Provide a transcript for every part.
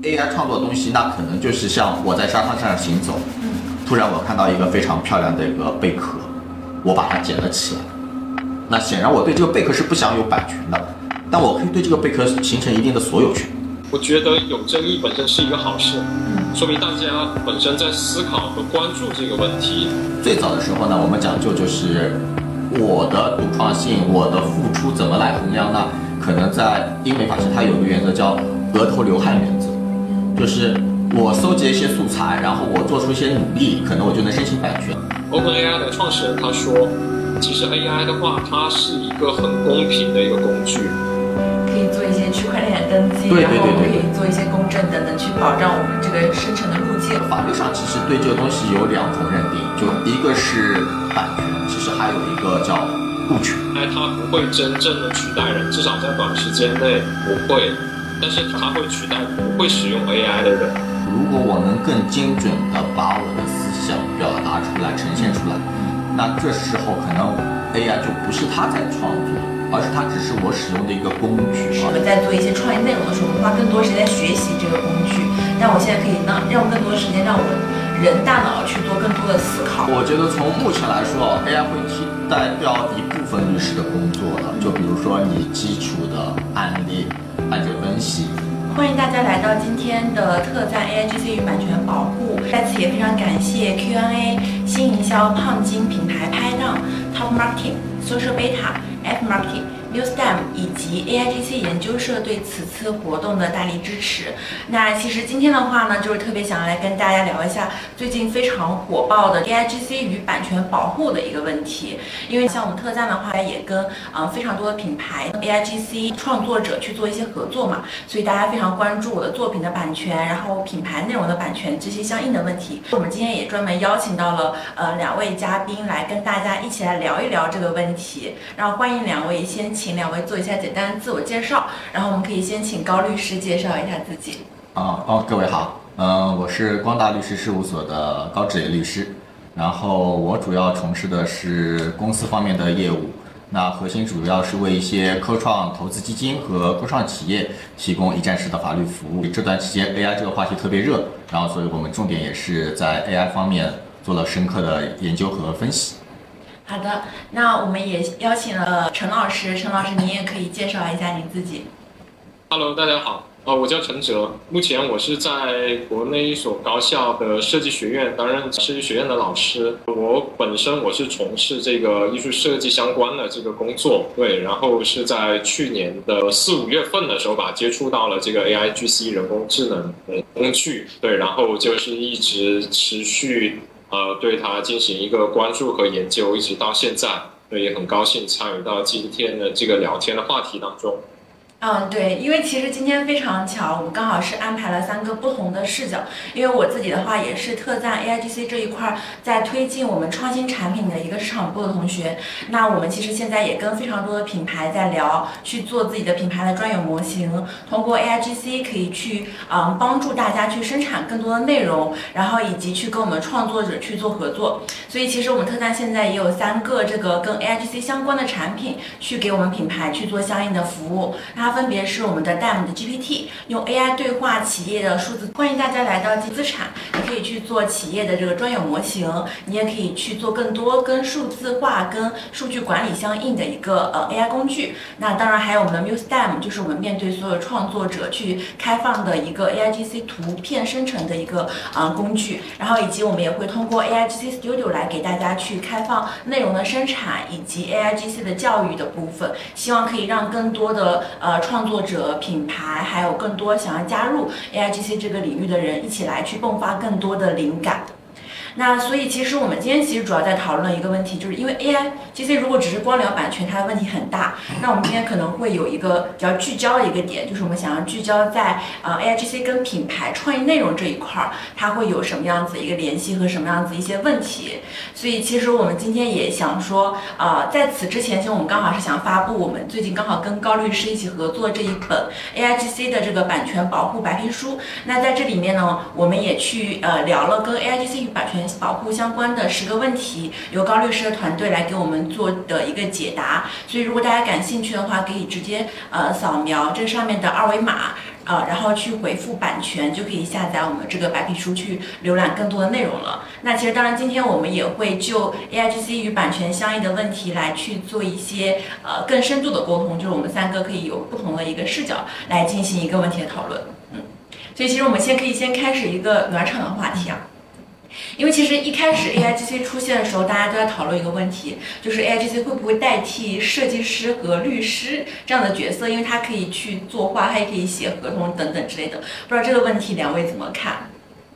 AI 创作的东西，那可能就是像我在沙滩上行走，突然我看到一个非常漂亮的一个贝壳，我把它捡了起来。那显然我对这个贝壳是不享有版权的，但我可以对这个贝壳形成一定的所有权。 我觉得有争议本身是一个好事，说明大家本身在思考和关注这个问题。 最早的时候呢，我们讲究就是我的独创性，我的付出怎么来衡量呢？可能在英美法师它有一个原则叫额头流汗原则，就是我搜集一些素材，然后我做出一些努力，可能我就能申请版权。 OpenAI 的创始人他说，其实 AI 的话，它是一个很公平的一个工具。 可以做一些区块链的登记，然后可以做一些公证等等，去保障我们这个生成的路径。 法律上其实对这个东西有两种认定，就一个是版权，其实还有一个叫物权。 它不会真正的取代人，至少在短时间内不会，但是它会取代不会使用 AI 的人。 如果我能更精准的把我的思想表达出来、呈现出来，那这时候可能 AI 就不是他在创作，而是它只是我使用的一个工具。 我们在做一些创意内容的时候，我们花更多时间学习这个工具，但我现在可以让更多时间让我人大脑去做更多的思考。 我觉得从目前来说 ，AI 会替代掉一部分律师的工作了，就比如说你基础的案例、案件分析。 欢迎大家来到今天的特赞 AIGC 与版权保护。在此也非常感谢 Q&A、新营销、胖金品牌拍档、Top Marketing、Social Beta、F Marketing、NewsStem 以及 AIGC 研究社对此次活动的大力支持。那其实今天的话呢，就是特别想要来跟大家聊一下最近非常火爆的 AIGC 与版权保护的一个问题。因为像我们特赞的话，也跟非常多的品牌 AIGC 创作者去做一些合作嘛，所以大家非常关注我的作品的版权，然后品牌内容的版权这些相应的问题。我们今天也专门邀请到了两位嘉宾来跟大家一起来聊一聊这个问题。然后欢迎两位，先请两位做一下简单的自我介绍，然后我们可以先请高律师介绍一下自己。 各位好，我是光大律师事务所的高志野律师，然后我主要从事的是公司方面的业务，那核心主要是为一些科创投资基金和科创企业提供一站式的法律服务。这段期间 AI 这个话题特别热，然后所以我们重点也是在 AI 方面做了深刻的研究和分析。 好的，那我们也邀请了陈老师，陈老师您也可以介绍一下您自己。 Hello， 大家好，我叫陈哲，目前我是在国内一所高校的设计学院担任设计学院的老师。我本身是从事这个艺术设计相关的这个工作，对，然后是在去年的4、5月份的时候吧，接触到了这个 AIGC 人工智能的工具，对，然后就是一直持续对它进行一个关注和研究，一直到现在，对，也很高兴参与到今天的这个聊天的话题当中。 对，因为其实今天非常巧，我们刚好是安排了3个不同的视角。因为我自己的话也是特赞 AIGC 这一块在推进我们创新产品的一个市场部的同学。那我们其实现在也跟非常多的品牌在聊，去做自己的品牌的专有模型，通过 AIGC 可以去帮助大家去生产更多的内容，然后以及去跟我们创作者去做合作。所以其实我们特赞现在也有3个这个跟 AIGC 相关的产品，去给我们品牌去做相应的服务。它分别是我们的 DAM 的 GPT， 用 AI 对话企业的数字。欢迎大家来到资产，你可以去做企业的这个专有模型，你也可以去做更多跟数字化、跟数据管理相应的一个AI 工具。那当然还有我们的 NewsStem， 就是我们面对所有创作者去开放的一个 AIGC 图片生成的一个工具。然后以及我们也会通过 AIGC Studio 来给大家去开放内容的生产以及 AIGC 的教育的部分，希望可以让更多的创作者、品牌，还有更多想要加入 AIGC 这个领域的人一起来去迸发更多的灵感。那所以其实我们今天其实主要在讨论一个问题，就是因为 AIGC 如果只是光聊版权，它的问题很大。那我们今天可能会有一个比较聚焦的一个点，就是我们想要聚焦在AIGC 跟品牌创意内容这一块，它会有什么样子一个联系和什么样子一些问题。所以其实我们今天也想说，在此之前，其实我们刚好是想发布我们最近刚好跟高律师一起合作这一本 AIGC 的这个版权保护白皮书。那在这里面呢，我们也去聊了跟 AIGC 与版权保护相关的10个问题，由高律师的团队来给我们做的一个解答。所以如果大家感兴趣的话，可以直接扫描这上面的2维码， 然后去回复版权，就可以下载我们这个白皮书去浏览更多的内容了。那其实当然今天我们也会就 AIGC 与版权相应的问题来去做一些更深度的沟通，就是我们三个可以有不同的一个视角来进行一个问题的讨论。所以其实我们可以先开始一个暖场的话题啊。因为其实一开始 AIGC 出现的时候，大家都在讨论一个问题，就是 AIGC 会不会代替设计师和律师这样的角色？因为它可以去作画，它也可以写合同等等之类的。不知道这个问题两位怎么看？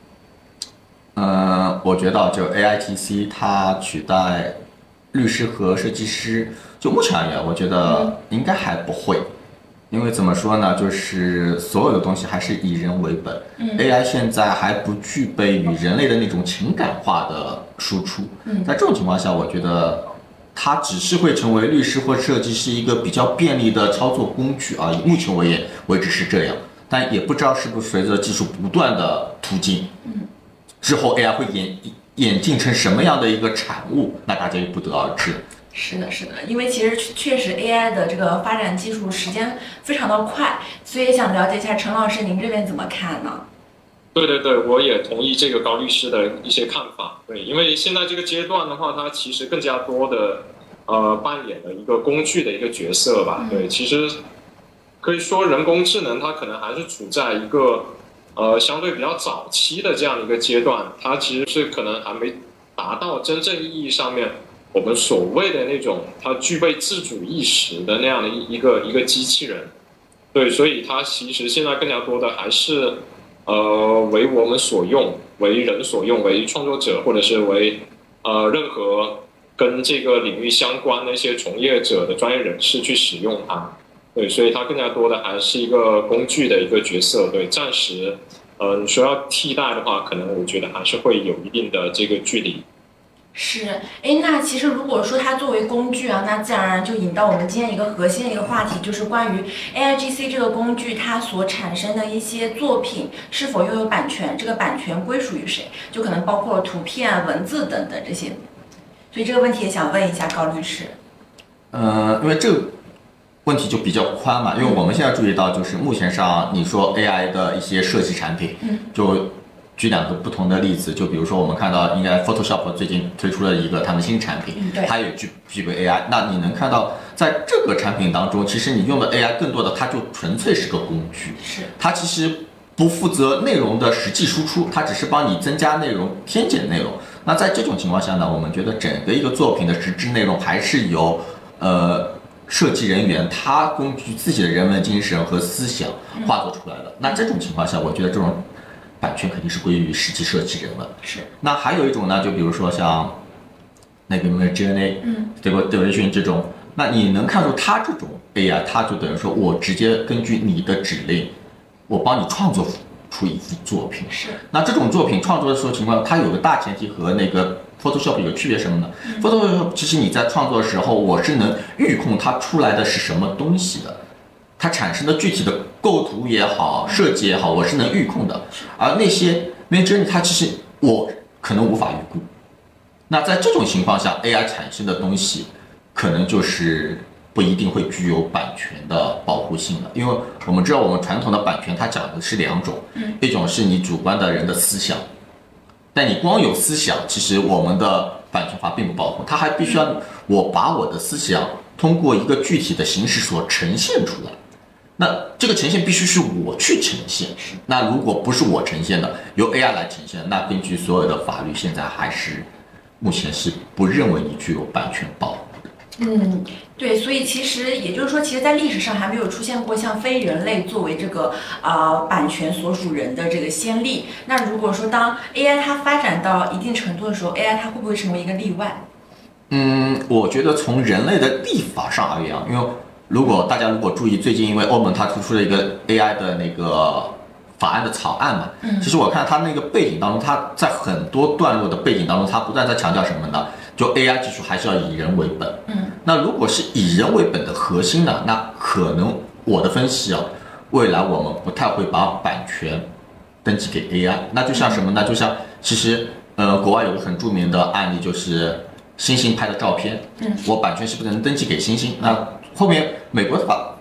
我觉得就 AIGC 它取代律师和设计师，就目前而言，我觉得应该还不会。因为怎么说呢，就是所有的东西还是以人为本。AI 现在还不具备与人类的那种情感化的输出。在这种情况下，我觉得它只是会成为律师或设计师一个比较便利的操作工具啊。以目前为止是这样，但也不知道是不是随着技术不断的突进，之后 AI 会演进成什么样的一个产物，那大家也不得而知。 是的，因为其实确实 AI 的这个发展技术时间非常的快，所以也想了解一下陈老师您这边怎么看呢？ 对，我也同意这个高律师的一些看法。对，因为现在这个阶段的话，它其实更加多的扮演了一个工具的一个角色吧。对，其实可以说人工智能它可能还是处在一个相对比较早期的这样一个阶段，它其实是可能还没达到真正意义上面我们所谓的那种它具备自主意识的那样的一个机器人。对，所以它其实现在更加多的还是为我们所用，为人所用，为创作者或者是为任何跟这个领域相关的一些从业者的专业人士去使用它。对，所以它更加多的还是一个工具的一个角色。对，暂时你说要替代的话，可能我觉得还是会有一定的这个距离。 是，那其实如果说它作为工具啊，那自然而然就引到我们今天一个核心的一个话题，就是关于 AIGC 这个工具它所产生的一些作品是否拥有版权，这个版权归属于谁，就可能包括了图片、文字等等这些。所以这个问题也想问一下高律师。 因为这个问题就比较宽嘛，因为我们现在注意到，就是目前上你说 AI 的一些设计产品，就举两个不同的例子，就比如说我们看到应该 Photoshop 最近推出了一个他们新产品，它也具备 AI。那你能看到在这个产品当中，其实你用的 AI 更多的它就纯粹是个工具，它其实不负责内容的实际输出，它只是帮你增加内容、添减内容。那在这种情况下呢，我们觉得整个一个作品的实质内容还是由设计人员他根据自己的人文精神和思想画作出来的。那这种情况下，我觉得这种版权肯定是归于实际设计人了。那还有一种呢，就比如说像那个 Midjourney，对吧？德瑞逊这种，那你能看出它这种 AI，它就等于说我直接根据你的指令，我帮你创作出一幅作品。那这种作品创作的时候情况，它有个大前提和那个 Photoshop 有区别什么呢？Photoshop 其实你在创作的时候，我是能预控它出来的是什么东西的。它产生的具体的构图也好，设计也好，我是能预控的。而那些 Midjourney 它其实我可能无法预估。那在这种情况下 ，AI 产生的东西可能就是不一定会具有版权的保护性了，因为我们知道我们传统的版权它讲的是两种，一种是你主观的人的思想，但你光有思想，其实我们的版权法并不保护，它还必须要我把我的思想通过一个具体的形式所呈现出来。那这个呈现必须是我去呈现，那如果不是我呈现的，由 AI 来呈现，那根据所有的法律，现在还是目前是不认为你具有版权保护的。 对，所以其实也就是说，其实在历史上还没有出现过像非人类作为这个版权所属人的这个先例。那如果说当 AI 它发展到一定程度的时候 ，AI 它会不会成为一个例外？ 我觉得从人类的立法上而言，因为大家如果注意，最近因为欧盟它推出了一个 AI 的那个法案的草案嘛，其实我看它那个背景当中，它在很多段落的背景当中，它不断在强调什么呢？就 AI 技术还是要以人为本。那如果是以人为本的核心呢，那可能我的分析未来我们不太会把版权登记给 AI。那就像什么呢？就像其实国外有个很著名的案例，就是猩猩拍的照片，我版权是不是能登记给猩猩？那后面美国的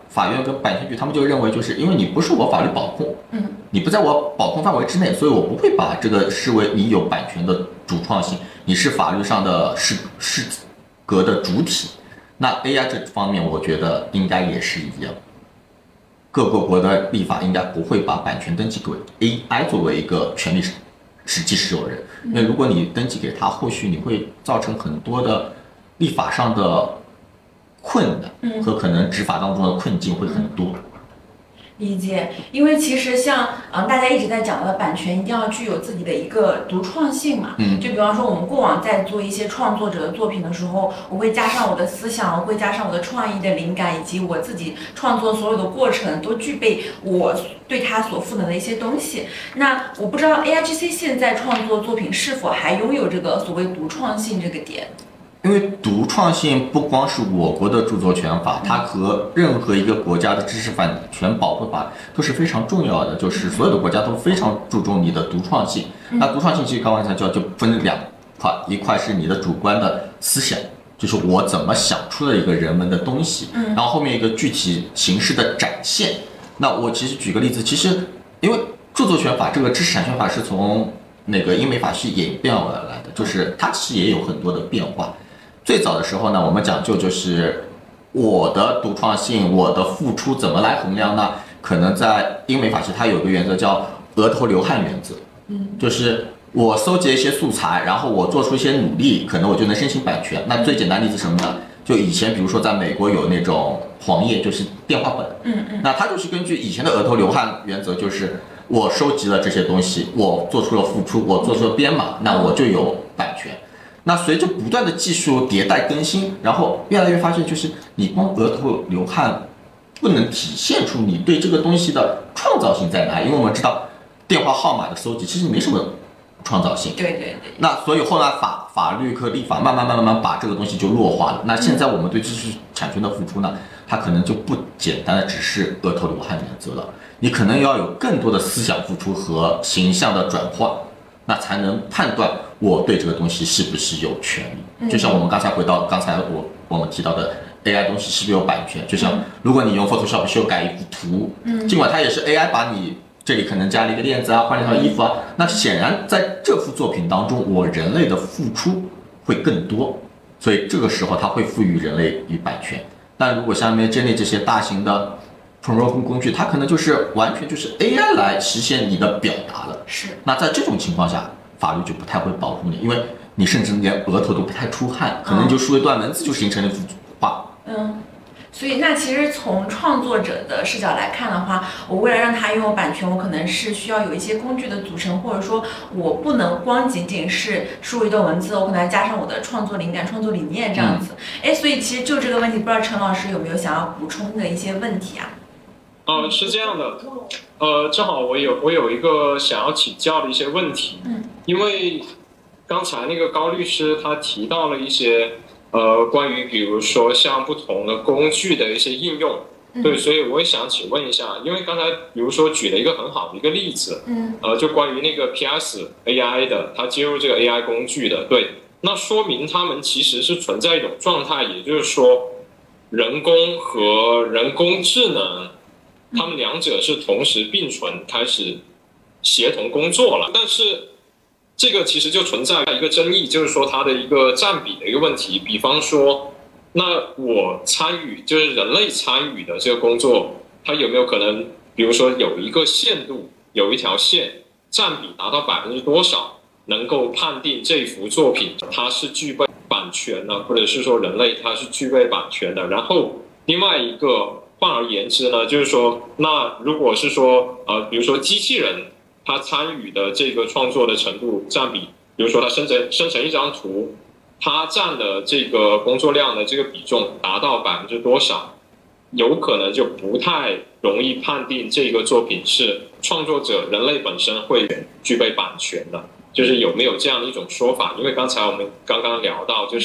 法院跟版权局他们就认为，就是因为你不是我法律保控，你不在我保控范围之内，所以我不会把这个视为你有版权的主创性，你是法律上的适格的主体。那 AI 这方面，我觉得应该也是一样。各个国的立法应该不会把版权登记给 AI 作为一个权利实际持有人，因为如果你登记给他，后续你会造成很多的立法上的困难和可能执法当中的困境会很多。 理解，因为其实像大家一直在讲的版权一定要具有自己的一个独创性嘛，就比方说我们过往在做一些创作者的作品的时候，我会加上我的思想，我会加上我的创意的灵感，以及我自己创作所有的过程都具备我对它所赋能的一些东西。那我不知道 AIGC 现在创作作品是否还拥有这个所谓独创性这个点？ 因为独创性不光是我国的著作权法，它和任何一个国家的知识产权保护法都是非常重要的，就是所有的国家都非常注重你的独创性。那独创性其实刚才就分两块，一块是你的主观的思想，就是我怎么想出了一个人文的东西，然后后面一个具体形式的展现。那我其实举个例子，其实因为著作权法这个知识产权法是从那个英美法系演变而来的，就是它其实也有很多的变化。最早的时候呢，我们讲究就是我的独创性，我的付出怎么来衡量呢？可能在英美法系它有个原则叫额头流汗原则，就是我搜集一些素材，然后我做出一些努力，可能我就能申请版权。那最简单的例子是什么呢？就以前比如说在美国有那种黄页，就是电话本，那它就是根据以前的额头流汗原则，就是我收集了这些东西，我做出了付出，我做出了编码，那我就有版权。那随着不断的技术迭代更新，然后越来越发现，就是你光额头流汗不能体现出你对这个东西的创造性在哪里，因为我们知道电话号码的搜集其实没什么创造性。 对。 那所以后来法律和立法慢慢把这个东西就弱化了。那现在我们对知识产权的付出呢，它可能就不简单的只是额头流汗原则了，你可能要有更多的思想付出和形象的转换，那才能判断我对这个东西是不是有权利。就像我们回到刚才我们提到的 AI 东西是不是有版权，就像如果你用 Photoshop 修改一幅图，尽管它也是 AI 把你这里可能加了一个链子啊，换了一套衣服啊，那显然在这幅作品当中，我人类的付出会更多，所以这个时候它会赋予人类与版权。但如果下面建立这些大型的 promotion 工具，它可能就是完全就是 AI 来实现你的表达了。 是。 那在这种情况下，法律就不太会保护你，因为你甚至连额头都不太出汗，可能就输一段文字就形成了一幅画。 所以那其实从创作者的视角来看的话，我为了让他拥有版权，我可能是需要有一些工具的组成，或者说我不能光仅仅是输入一段文字，我可能要加上我的创作灵感、创作理念这样子。所以其实就这个问题，不知道陈老师有没有想要补充的一些问题啊？ 是这样的，正好我有一个想要请教的一些问题，因为刚才那个高律师他提到了一些关于比如说像不同的工具的一些应用，对，所以我也想请问一下，因为刚才比如说举了一个很好的一个例子，就关于那个 PS AI 的，它接入这个 AI 工具的，对，那说明他们其实是存在一种状态，也就是说人工和人工智能他们两者是同时并存，开始协同工作了。但是这个其实就存在一个争议，就是说它的一个占比的一个问题。比方说，那我参与就是人类参与的这个工作，它有没有可能，比如说有一个限度，有一条线占比达到多少，能够判定这幅作品它是具备版权的，或者是说人类它是具备版权的。然后另外一个换而言之呢，就是说，那如果是说比如说机器人它参与的这个创作的程度占比，比如说它生成一张图，它占的这个工作量的这个比重达到多少，有可能就不太容易判定这个作品是创作者人类本身会具备版权的。就是有没有这样的一种说法？因为刚才我们刚刚聊到，就是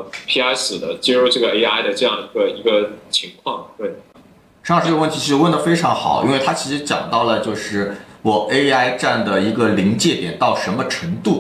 PS 的接入这个 AI 的这样一个情况。对， 陈老师这个问题其实问得非常好，因为他其实讲到了就是我 AI 占的一个临界点到什么程度，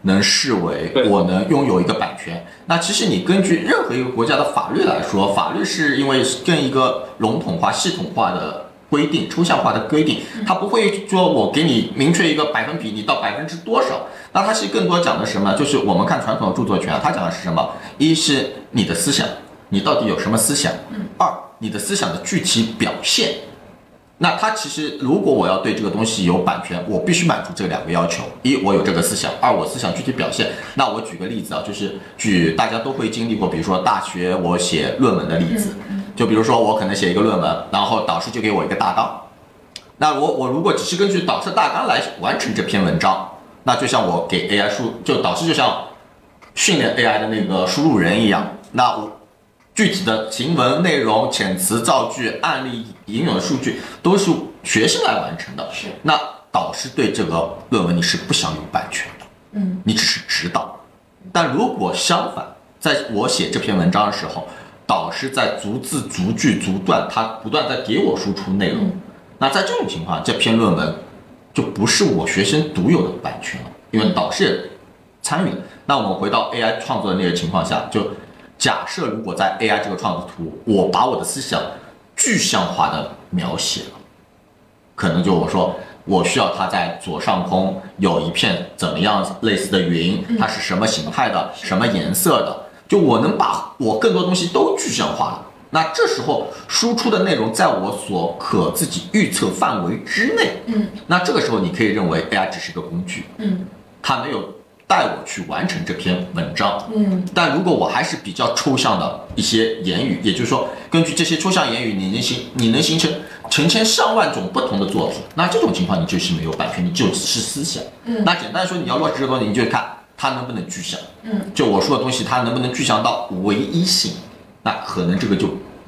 能视为对我能拥有一个版权。那其实你根据任何一个国家的法律来说，法律是因为更一个笼统化、系统化的规定、抽象化的规定，它不会说我给你明确一个百分比，你到多少。那它其实更多讲的是什么？就是我们看传统的著作权，它讲的是什么？一是你的思想，你到底有什么思想？二，你的思想的具体表现。那它其实，如果我要对这个东西有版权，我必须满足这两个要求：一，我有这个思想；二，我思想具体表现。那我举个例子啊，就是举大家都会经历过，比如说大学我写论文的例子，就比如说我可能写一个论文，然后导师就给我一个大纲，那我如果只是根据导师大纲来完成这篇文章，那就像我给 AI 就导师就像训练 AI 的那个输入人一样，那我具体的行文内容、遣词造句、案例引用的数据都是学生来完成的。 是， 那导师对这个论文你是不享有版权的，你只是指导。但如果相反，在我写这篇文章的时候，导师在逐字逐句逐段，他不断在给我输出内容，那在这种情况，这篇论文就不是我学生独有的版权了，因为导师也参与了。那我们回到 AI 创作的那个情况下，就假设如果在 AI 这个创作图，我把我的思想具象化的描写了，可能就我说我需要它在左上空有一片怎么样类似的云，它是什么形态的，什么颜色的，就我能把我更多东西都具象化了。那这时候输出的内容在我所可自己预测范围之内，那这个时候你可以认为 AI 只是个工具，它没有带我去完成这篇文章，但如果我还是比较抽象的一些言语，也就是说根据这些抽象言语，你能形成成千上万种不同的作品，那这种情况你就是没有版权，你就是思想。那简单说，你要落实这个东西，你就看它能不能具象，就我说的东西它能不能具象到唯一性，那可能这个就，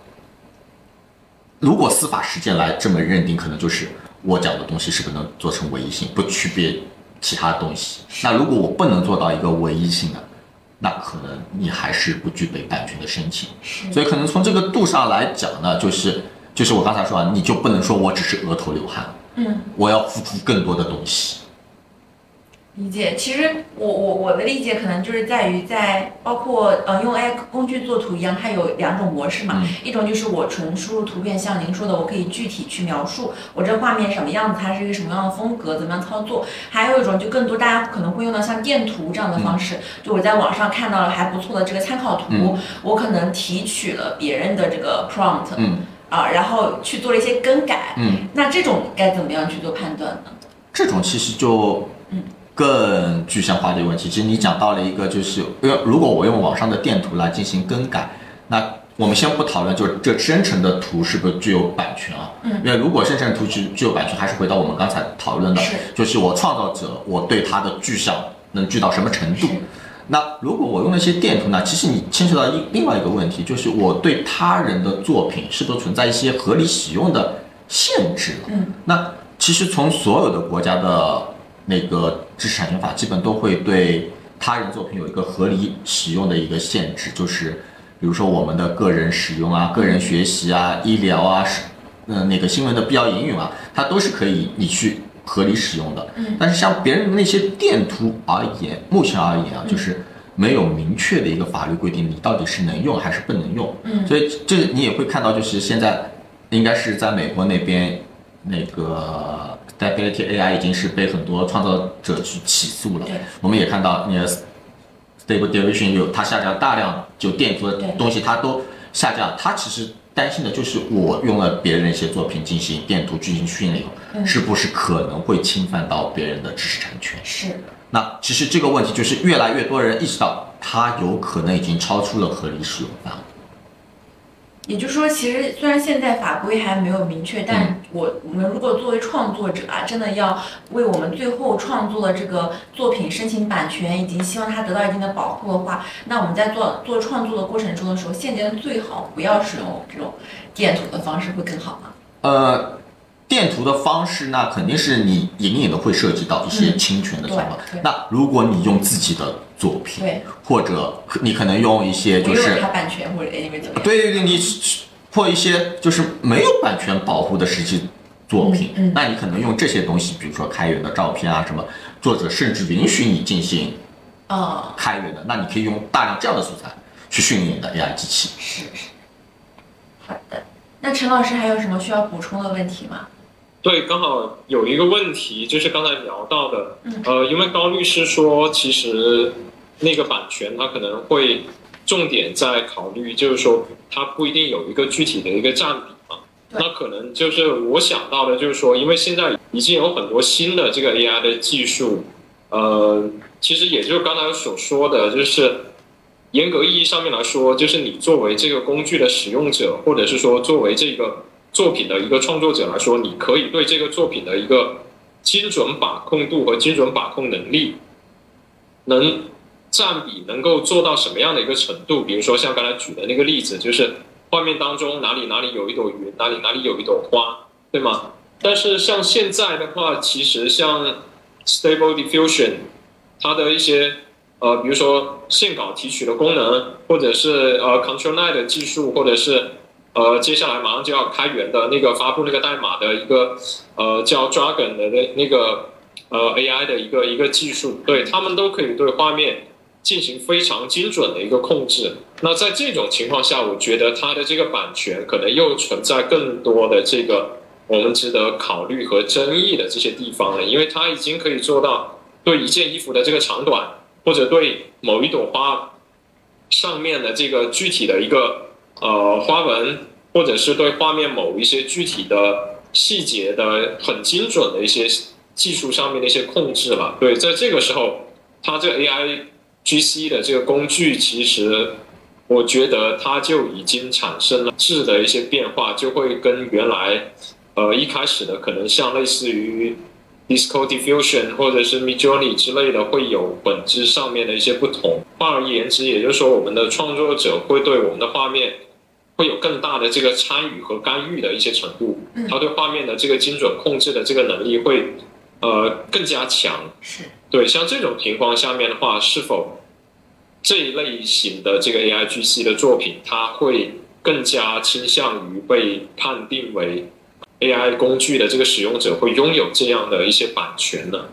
如果司法实践来这么认定，可能就是我讲的东西是不能做成唯一性，不区别其他东西。那如果我不能做到一个唯一性的，那可能你还是不具备版权的申请。所以可能从这个度上来讲呢，就是我刚才说啊，你就不能说我只是额头流汗，我要付出更多的东西。 理解，其实我的理解可能就是在于包括用 AI 工具做图一样，它有两种模式嘛，一种就是我纯输入图片，像您说的，我可以具体去描述我这画面什么样子，它是一个什么样的风格，怎么样操作；还有一种就更多大家可能会用到像电图这样的方式，就我在网上看到了还不错的这个参考图，我可能提取了别人的这个 prompt，然后去做了一些更改，那这种该怎么样去做判断呢？ 这种其实就更具象化的问题，其实你讲到了一个，就是如果我用网上的电图来进行更改，那我们先不讨论，就是这生成的图是不是具有版权啊？因为如果生成的图具有版权，还是回到我们刚才讨论的，就是我创造者我对它的具象能具到什么程度。那如果我用那些电图呢，其实你牵扯到另外一个问题，就是我对他人的作品是否存在一些合理使用的限制了。那其实从所有的国家的那个知识产权法基本都会对他人作品有一个合理使用的一个限制，就是比如说我们的个人使用啊、个人学习啊、医疗啊、那个新闻的必要引用啊，它都是可以你去合理使用的。但是像别人的那些电图而言，目前而言啊，就是没有明确的一个法律规定，你到底是能用还是不能用。所以这你也会看到，就是现在应该是在美国那边那个Stability AI 已经是被很多创造者去起诉了。我们也看到那个 Stable Diffusion 它下架大量就电图的东西，它都下架。它其实担心的就是我用了别人一些作品进行电图进行训练，是不是可能会侵犯到别人的知识产权？ 是。 那其实这个问题就是越来越多人意识到，它有可能已经超出了合理使用范围。 也就是说，其实虽然现在法规还没有明确，但我们如果作为创作者啊，真的要为我们最后创作的这个作品申请版权，以及希望它得到一定的保护的话，那我们在做创作的过程中的时候，现阶段最好不要使用这种电图的方式，会更好吗？ 电图的方式，那肯定是你隐隐的会涉及到一些侵权的情况。那如果你用自己的作品，或者你可能用一些就是它版权或者因为怎么样？ 对，你或一些就是没有版权保护的实际作品，那你可能用这些东西，比如说开源的照片啊什么，作者甚至允许你进行开源的，那你可以用大量这样的素材去训练你的 AI 机器。 是。好的，那陈老师还有什么需要补充的问题吗？ 对，刚好有一个问题，就是刚才聊到的，因为高律师说，其实那个版权它可能会重点在考虑，就是说它不一定有一个具体的一个占比嘛。那可能就是我想到的，就是说，因为现在已经有很多新的这个 AI 的技术，其实也就是刚才所说的，就是严格意义上面来说，就是你作为这个工具的使用者，或者是说作为这个作品的一个创作者来说，你可以对这个作品的一个精准把控度和精准把控能力，能占比能够做到什么样的一个程度？比如说像刚才举的那个例子，就是画面当中哪里有一朵云，哪里有一朵花，对吗？但是像现在的话，其实像 Stable Diffusion， 它的一些比如说线稿提取的功能，或者是Control 9的技术，或者是接下来马上就要开源的那个发布那个代码的一个叫 Dragon 的那个AI 的一个技术，对，他们都可以对画面进行非常精准的一个控制。那在这种情况下，我觉得它的这个版权可能又存在更多的这个我们值得考虑和争议的这些地方了，因为它已经可以做到对一件衣服的这个长短，或者对某一朵花上面的这个具体的一个花纹，或者是对画面某一些具体的细节的很精准的一些技术上面的一些控制了。对，在这个时候，它这个 AIGC 的这个工具，其实我觉得它就已经产生了质的一些变化，就会跟原来一开始的可能像类似于Disco Diffusion 或者是 Midjourney 之类的，会有本质上面的一些不同。换而言之，也就是说，我们的创作者会对我们的画面会有更大的这个参与和干预的一些程度，他对画面的这个精准控制的这个能力会更加强。 是。 对，像这种情况下面的话，是否这一类型的这个 AIGC 的作品，它会更加倾向于被判定为 AI 工具的这个使用者会拥有这样的一些版权呢？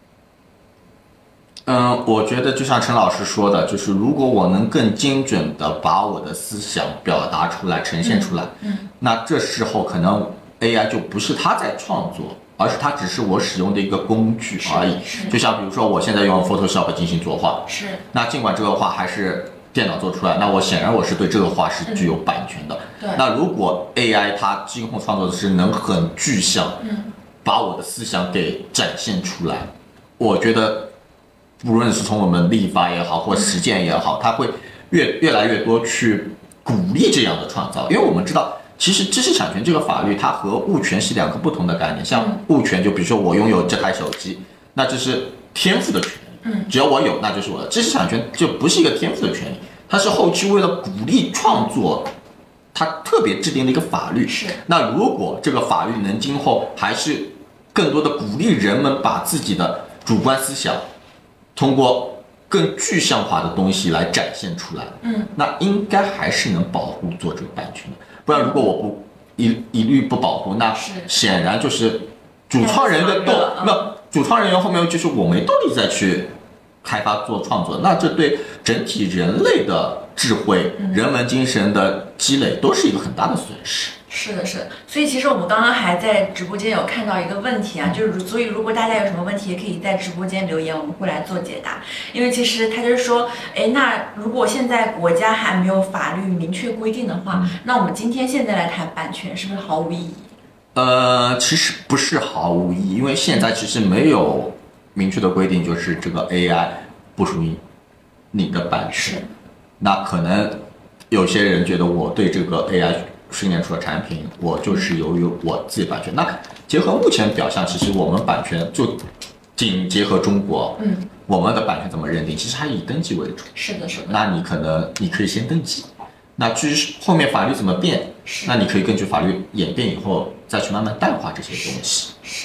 我觉得就像陈老师说的，就是如果我能更精准的把我的思想表达出来、呈现出来，那这时候可能 AI 就不是他在创作，而是它只是我使用的一个工具而已。就像比如说我现在用 Photoshop 进行作画，那尽管这个画还是电脑做出来，那我显然我是对这个画是具有版权的。那如果 AI 它今后创作的是能很具象，把我的思想给展现出来，我觉得不论是从我们立法也好，或实践也好，它会越来越多去鼓励这样的创造，因为我们知道。其实知识产权这个法律，它和物权是两个不同的概念。像物权，就比如说我拥有这台手机，那这是天赋的权利，只要我有，那就是我的。知识产权就不是一个天赋的权利，它是后期为了鼓励创作，它特别制定的一个法律。那如果这个法律能今后还是更多的鼓励人们把自己的主观思想通过更具象化的东西来展现出来，那应该还是能保护作者版权的。不然，如果我不一律不保护，那显然就是主创人的主创人员后面就是我没动力再去开发做创作，那这对整体人类的智慧、人文精神的积累都是一个很大的损失。 是的，是的，所以其实我们刚刚还在直播间有看到一个问题啊，就是所以如果大家有什么问题，也可以在直播间留言，我们会来做解答。因为其实他就是说，那如果现在国家还没有法律明确规定的话，那我们今天现在来谈版权是不是毫无意义？ 其实不是毫无意义，因为现在其实没有明确的规定，就是这个 AI 不属于你的版权。那可能有些人觉得我对这个 AI训练出的产品，我就是由于我自己版权。那结合目前表象，其实我们版权就仅结合中国，我们的版权怎么认定？其实还以登记为主。 是的，是的。 那你可以先登记，那至于后面法律怎么变，那你可以根据法律演变以后再去慢慢淡化这些东西。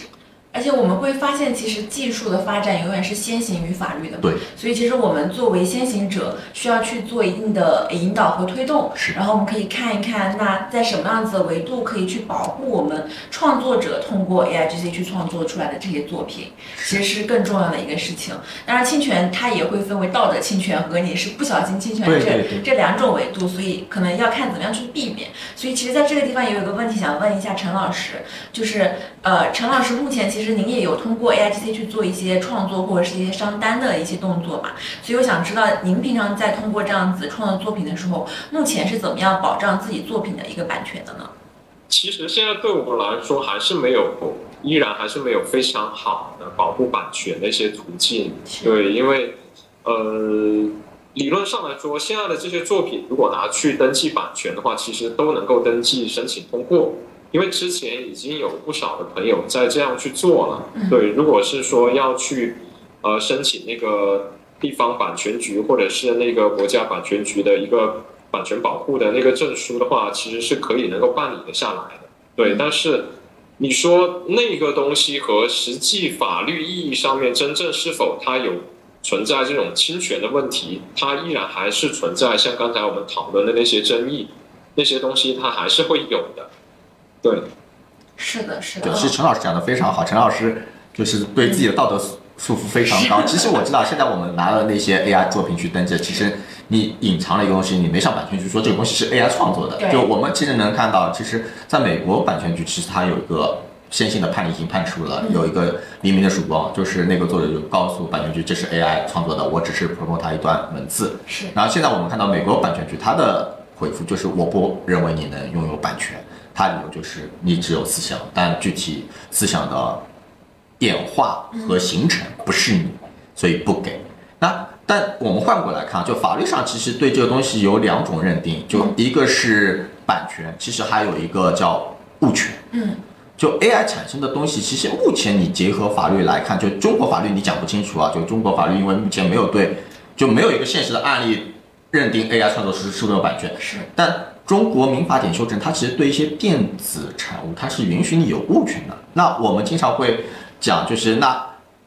而且我们会发现，其实技术的发展永远是先行于法律的。 对。 所以其实我们作为先行者，需要去做一定的引导和推动。 是。 然后我们可以看一看，那在什么样子的维度可以去保护我们创作者通过 AIGC 去创作出来的这些作品，其实是更重要的一个事情。当然，侵权它也会分为道德侵权和你是不小心侵权这两种维度，所以可能要看怎么样去避免。所以其实在这个地方也有一个问题想问一下陈老师，就是陈老师目前其实您也有通过 AIGC 去做一些创作或者是一些商单的一些动作嘛，所以我想知道您平常在通过这样子创作作品的时候，目前是怎么样保障自己作品的一个版权的呢？ 其实现在对我来说依然还是没有非常好的保护版权的一些途径。对，因为理论上来说，现在的这些作品如果拿去登记版权的话，其实都能够登记申请通过。因为之前已经有不少的朋友在这样去做了。对，如果是说要去申请那个地方版权局或者是那个国家版权局的一个版权保护的那个证书的话，其实是可以能够办理的下来的。对，但是你说那个东西和实际法律意义上面真正是否它有存在这种侵权的问题，它依然还是存在像刚才我们讨论的那些争议，那些东西它还是会有的。对， 是的，是的。 对，其实陈老师讲的非常好，陈老师就是对自己的道德束缚非常高。其实我知道，现在我们拿了那些 AI 作品去登记，其实你隐藏了一个东西，你没上版权局说这个东西是 AI 创作的。就我们其实能看到，其实在美国版权局其实它有一个先行的判例已经判出了，有一个黎明的曙光，就是那个作者就告诉版权局这是 AI 创作的，我只是 promote 它一段文字。 是。 然后现在我们看到美国版权局它的回复就是我不认为你能拥有版权。它理由就是你只有思想，但具体思想的演化和形成不是你，所以不给。但我们换过来看，就法律上其实对这个东西有两种认定，就一个是版权，其实还有一个叫物权。就 AI 产生的东西，其实目前你结合法律来看，就中国法律你讲不清楚啊。就中国法律因为目前没有一个现实的案例认定 AI 创作是没有版权。 是，但中国民法典修正，它其实对一些电子产物，它是允许你有物权的。那我们经常会讲，就是那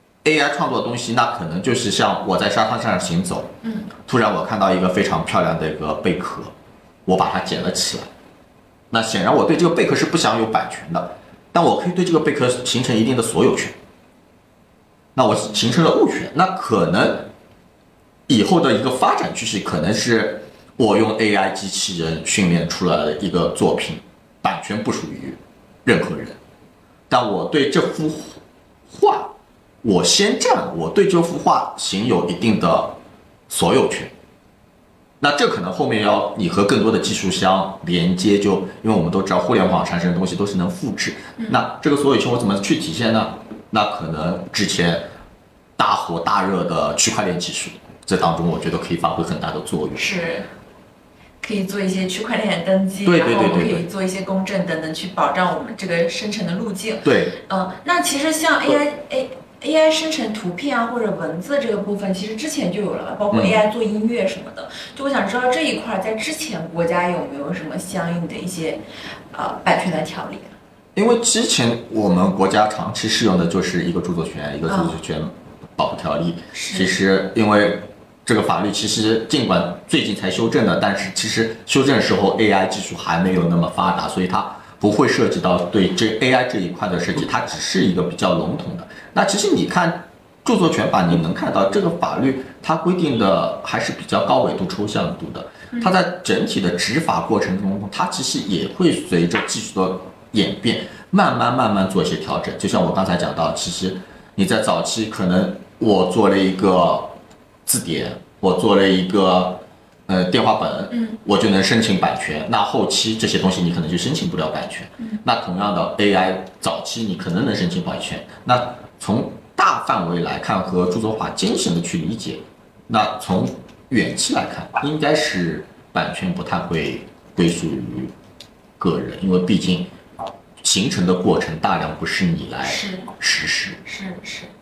AI 创作的东西，那可能就是像我在沙滩上行走，突然我看到一个非常漂亮的一个贝壳，我把它捡了起来。那显然我对这个贝壳是不享有版权的，但我可以对这个贝壳形成一定的所有权。那我形成了物权，那可能以后的一个发展趋势可能是。我用 AI 机器人训练出来的一个作品，版权不属于任何人，但我对这幅画，我先占，我对这幅画行有一定的所有权。那这可能后面要你和更多的技术相连接，就因为我们都知道互联网产生的东西都是能复制。那这个所有权我怎么去体现呢？那可能之前大火大热的区块链技术，这当中我觉得可以发挥很大的作用。 是。可以做一些区块链登记， 对， 然后我们可以做一些公证等等，去保障我们这个生成的路径。 对， 那其实像 AI 生成图片啊或者文字这个部分，其实之前就有了，包括 AI 做音乐什么的。就我想知道这一块在之前国家有没有什么相应的一些版权的条例？ 因为之前我们国家长期适用的就是一个著作权，一个著作权保护条例。其实因为这个法律其实尽管最近才修正的，但是其实修正的时候 AI 技术还没有那么发达，所以它不会涉及到对这 AI 这一块的设计，它只是一个比较笼统的。那其实你看著作权法，你能看到这个法律它规定的还是比较高纬度抽象度的，它在整体的执法过程中，它其实也会随着技术的演变慢慢做一些调整。就像我刚才讲到，其实你在早期可能我做了一个字典，我做了一个电话本，我就能申请版权。那后期这些东西你可能就申请不了版权。那同样的 AI 早期你可能能申请版权。那从大范围来看和著作法精神的去理解，那从远期来看，应该是版权不太会归属于个人，因为毕竟形成的过程大量不是你来实施。 是。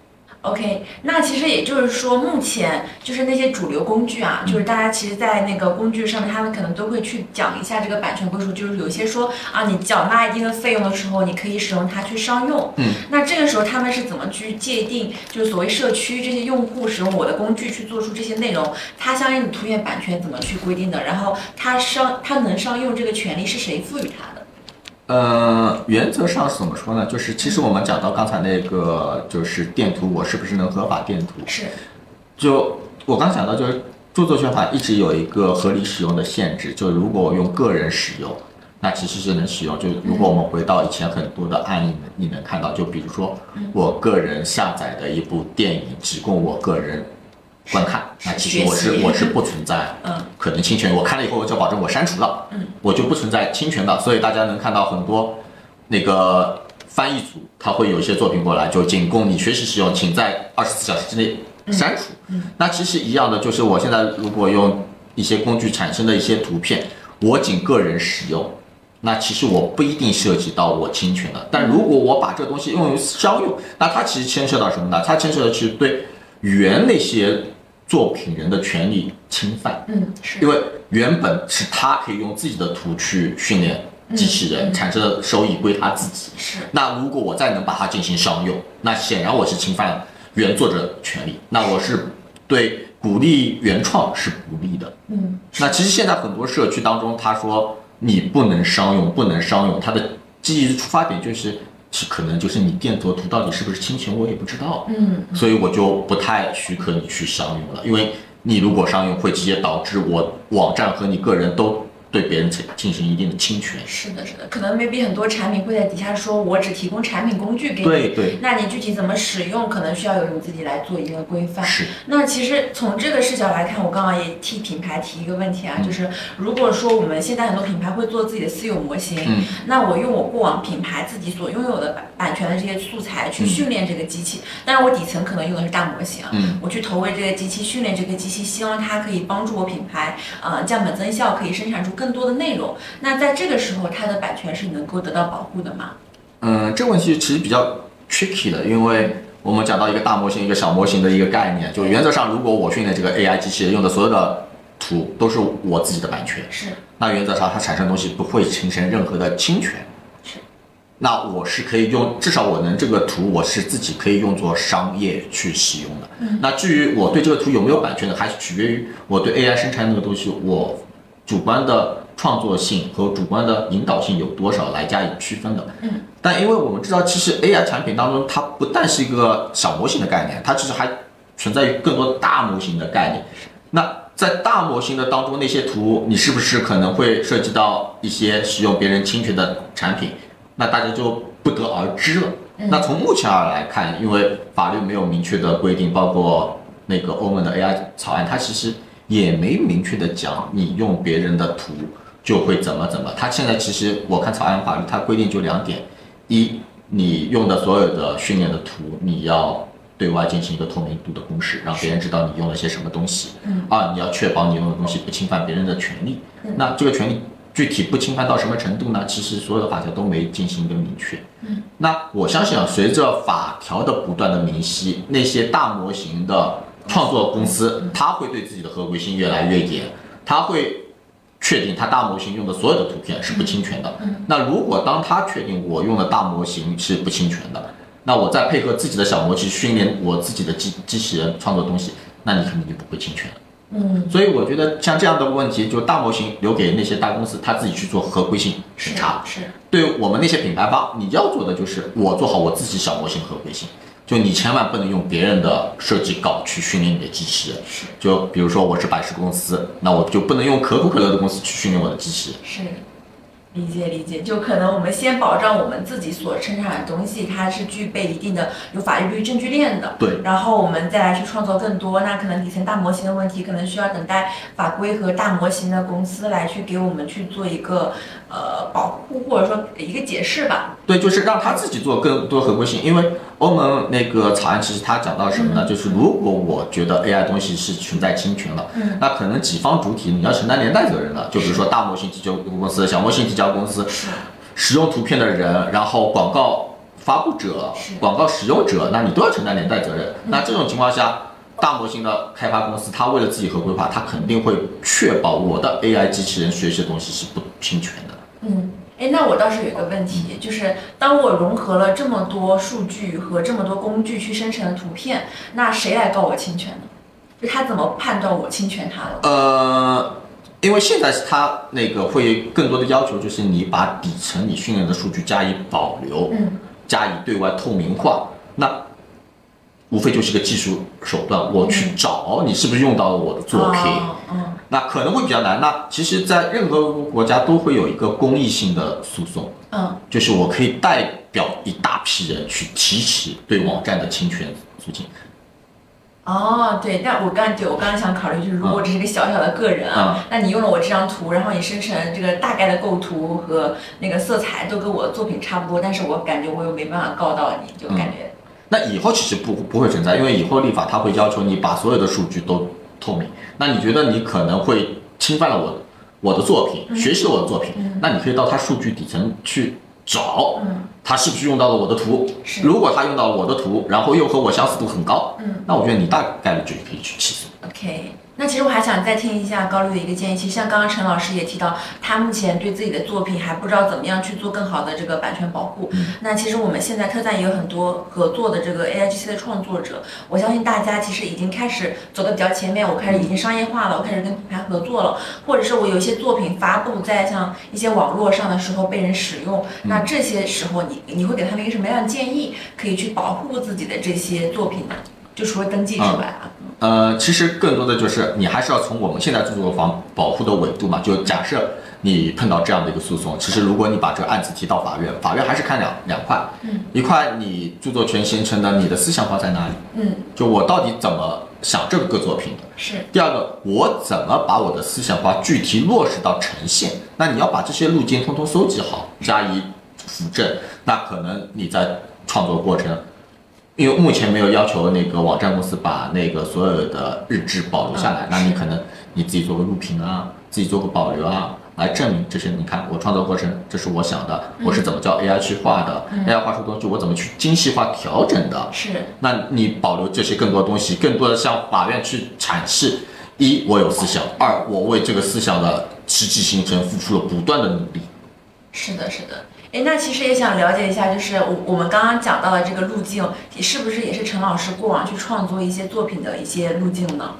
OK，那其实也就是说，目前就是那些主流工具啊，就是大家其实，在那个工具上面，他们可能都会去讲一下这个版权归属，就是有一些说啊，你缴纳一定的费用的时候，你可以使用它去商用。那这个时候他们是怎么去界定，就是所谓社区这些用户使用我的工具去做出这些内容，它相应的图片版权怎么去规定的？然后它能商用这个权利是谁赋予它的？ 原则上是怎么说呢？就是其实我们讲到刚才那个，就是电图，我是不是能合法电图？ 是。 就我刚讲到，就是著作权法一直有一个合理使用的限制，就如果我用个人使用，那其实是能使用。就如果我们回到以前很多的案例，你能看到，就比如说我个人下载的一部电影，只供我个人观看，那其实我是不存在可能侵权。我看了以后，我就保证我删除了，我就不存在侵权的。所以大家能看到很多那个翻译组，他会有一些作品过来，就仅供你学习使用，请在24小时之内删除。那其实一样的，就是我现在如果用一些工具产生的一些图片，我仅个人使用，那其实我不一定涉及到我侵权的。但如果我把这个东西用于商用，那它其实牵涉到什么呢？它牵涉的是对原那些作品人的权利侵犯。 是因为原本是他可以用自己的图去训练机器人，产生的收益归他自己。 是。 那如果我再能把它进行商用，那显然我是侵犯原作者权利，那我是对鼓励原创是不利的。那其实现在很多社区当中，他说你不能商用，不能商用，它的基于出发点就是可能就是你电图到底是不是侵权，我也不知道。所以我就不太许可你去商用了，因为你如果商用，会直接导致我网站和你个人都对别人进行一定的侵权。 是的，是的，可能 maybe 很多产品会在底下说，我只提供产品工具给你， 对， 那你具体怎么使用，可能需要由你自己来做一个规范。 是。 那其实从这个视角来看，我刚刚也替品牌提一个问题啊，就是如果说我们现在很多品牌会做自己的私有模型，那我用我过往品牌自己所拥有的版权的这些素材去训练这个机器，当然我底层可能用的是大模型，我去投喂这个机器，训练这个机器，希望它可以帮助我品牌降本增效，可以生产出更多的内容。那在这个时候，它的版权是能够得到保护的吗？ 这个问题其实比较 tricky 的，因为我们讲到一个大模型、一个小模型的一个概念，就原则上，如果我训练这个 AI 机器人用的所有的图都是我自己的版权， 是， 那原则上它产生的东西不会形成任何的侵权。 是， 那我是可以用，至少我能这个图我是自己可以用作商业去使用的。那至于我对这个图有没有版权的，还是取决于我对 AI 生产那个东西，我主观的创作性和主观的引导性有多少来加以区分的。但因为我们知道，其实 AI 产品当中，它不但是一个小模型的概念，它其实还存在于更多大模型的概念。那在大模型的当中，那些图你是不是可能会涉及到一些使用别人侵权的产品？那大家就不得而知了。那从目前而来看，因为法律没有明确的规定，包括那个欧盟的 AI 草案，它其实也没明确的讲你用别人的图就会怎么。它现在其实我看草案法律，它规定就2点：一，你用的所有的训练的图，你要对外进行一个透明度的公示，让别人知道你用了些什么东西。二，你要确保你用的东西不侵犯别人的权利。那这个权利具体不侵犯到什么程度呢？其实所有的法条都没进行一个明确。那我相信随着法条的不断的明晰，那些大模型的创作公司，它会对自己的合规性越来越严，它会确定它大模型用的所有的图片是不侵权的。那如果当它确定我用的大模型是不侵权的，那我再配合自己的小模型训练我自己的机器人创作东西，那你肯定就不会侵权了。所以我觉得像这样的问题，就大模型留给那些大公司，他自己去做合规性审查。 是。 对我们那些品牌方，你要做的就是我做好我自己小模型合规性，就你千万不能用别人的设计稿去训练你的机器人。就比如说我是百事公司，那我就不能用可口可乐的公司去训练我的机器人。 是。理解，就可能我们先保障我们自己所生产的东西，它是具备一定的有法律证据链的。 对。 然后我们再来去创造更多，那可能底层大模型的问题，可能需要等待法规和大模型的公司来去给我们去做一个保护，或者说一个解释吧。 对，就是让他自己做更多合规性，因为欧盟那个草案其实它讲到什么呢？就是如果我觉得 AI 东西是存在侵权了，那可能己方主体你要承担连带责任的。就比如说大模型提交公司、小模型提交公司，使用图片的人，然后广告发布者、广告使用者，那你都要承担连带责任。那这种情况下，大模型的开发公司，它为了自己合规化，它肯定会确保我的 AI 机器人学习的东西是不侵权的。 那我倒是有一个问题，就是当我融合了这么多数据和这么多工具去生成的图片，那谁来告我侵权呢？就他怎么判断我侵权他了？ 因为现在它那个会更多的要求，就是你把底层你训练的数据加以保留，加以对外透明化。那无非就是个技术手段，我去找你是不是用到了我的作品。那可能会比较难。那其实，在任何国家都会有一个公益性的诉讼，就是我可以代表一大批人去提起对网站的侵权诉请。 对，但我刚刚想考虑，就是如果我只是一个小小的个人那你用了我这张图，然后你生成这个大概的构图和那个色彩都跟我作品差不多，但是我感觉我又没办法告到你，就感觉。 那以后其实不会存在，因为以后立法它会要求你把所有的数据都透明。那你觉得你可能会侵犯了我的作品，学习了我的作品，那你可以到它数据底层去找，他是不是用到了我的图？如果他用到了我的图，然后又和我相似度很高，那我觉得你大概率就可以去起诉。 OK， 那其实我还想再听一下高律的一个建议。其实像刚刚陈老师也提到，他目前对自己的作品还不知道怎么样去做更好的这个版权保护。那其实我们现在特赞也有很多合作的这个 AIGC 的创作者，我相信大家其实已经开始走得比较前面，我开始已经商业化了，我开始跟品牌合作了，或者是我有一些作品发布在像一些网络上的时候被人使用，那这些时候你会给他们一个什么样的建议，可以去保护自己的这些作品呢？就除了登记之外其实更多的就是你还是要从我们现在著作权保护的维度嘛，就假设你碰到这样的一个诉讼，其实如果你把这个案子提到法院，法院还是看两块，一块你著作权形成的你的思想化在哪里，就我到底怎么想这个作品的， 是第二个我怎么把我的思想化具体落实到呈现，那你要把这些路径通通搜集好，加以辅证，那可能你在创作过程。因为目前没有要求那个网站公司把那个所有的日志保留下来，那你可能你自己做个录屏啊，自己做个保留啊，来证明这些。你看我创作过程，这是我想的，我是怎么叫 AI 去画的，AI 画出东西我怎么去精细化调整的。 是， 那你保留这些更多东西，更多的向法院去阐释：一，我有思想；二，我为这个思想的实际形成付出了不断的努力。 是的，是的。那其实也想了解一下，就是我们刚刚讲到的这个路径，是不是也是陈老师过往去创作一些作品的一些路径呢？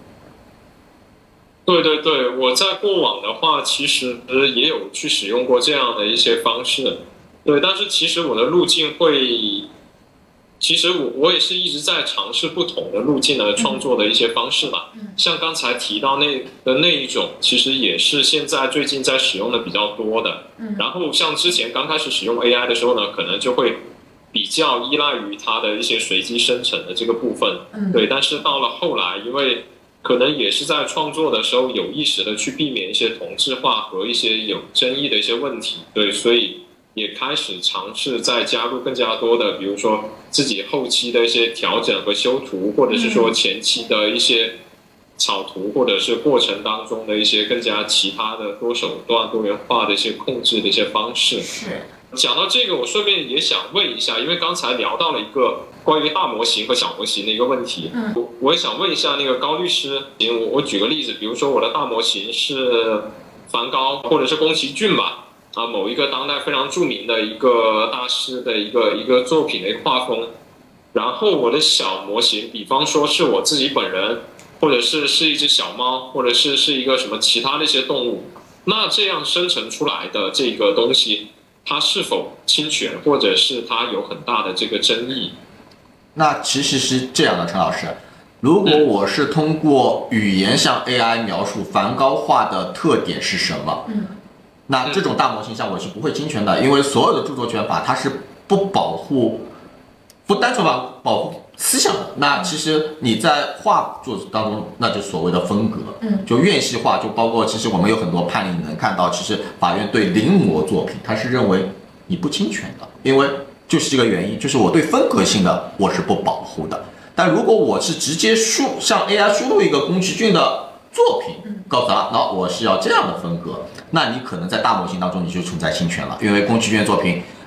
对对对，我在过往的话，其实也有去使用过这样的一些方式。对，但是其实我的路径会，其实我也是一直在尝试不同的路径的创作的一些方式吧。像刚才提到那一种，其实也是现在最近在使用的比较多的。然后像之前刚开始使用 AI 的时候呢，可能就会比较依赖于它的一些随机生成的这个部分。对，但是到了后来，因为可能也是在创作的时候有意识的去避免一些同质化和一些有争议的一些问题。对，所以也开始尝试再加入更加多的，比如说自己后期的一些调整和修图，或者是说前期的一些草图，或者是过程当中的一些更加其他的多手段、多元化的一些控制的一些方式。 是。 讲到这个，我顺便也想问一下，因为刚才聊到了一个关于大模型和小模型的一个问题，我也想问一下那个高律师，我举个例子，比如说我的大模型是梵高或者是宫崎骏吧，某一个当代非常著名的一个大师的一个作品的一个画风，然后我的小模型，比方说是我自己本人，或者是一只小猫，或者是一个什么其他的一些动物，那这样生成出来的这个东西，它是否侵权，或者是它有很大的这个争议？ 那其实是这样的，陈老师，如果我是通过语言向 AI 描述梵高画的特点是什么，那这种大模型下我是不会侵权的，因为所有的著作权法它是不单纯保护思想的。那其实你在画作当中，那就所谓的风格，就院系化，就包括其实我们有很多判例，你能看到，其实法院对临摹作品，它是认为你不侵权的，因为就是这个原因，就是我对风格性的我是不保护的。但如果我是直接向 AI 输入一个宫崎骏的作品，告诉他，那我是要这样的风格，那你可能在大模型当中你就存在侵权了，因为宫崎骏作品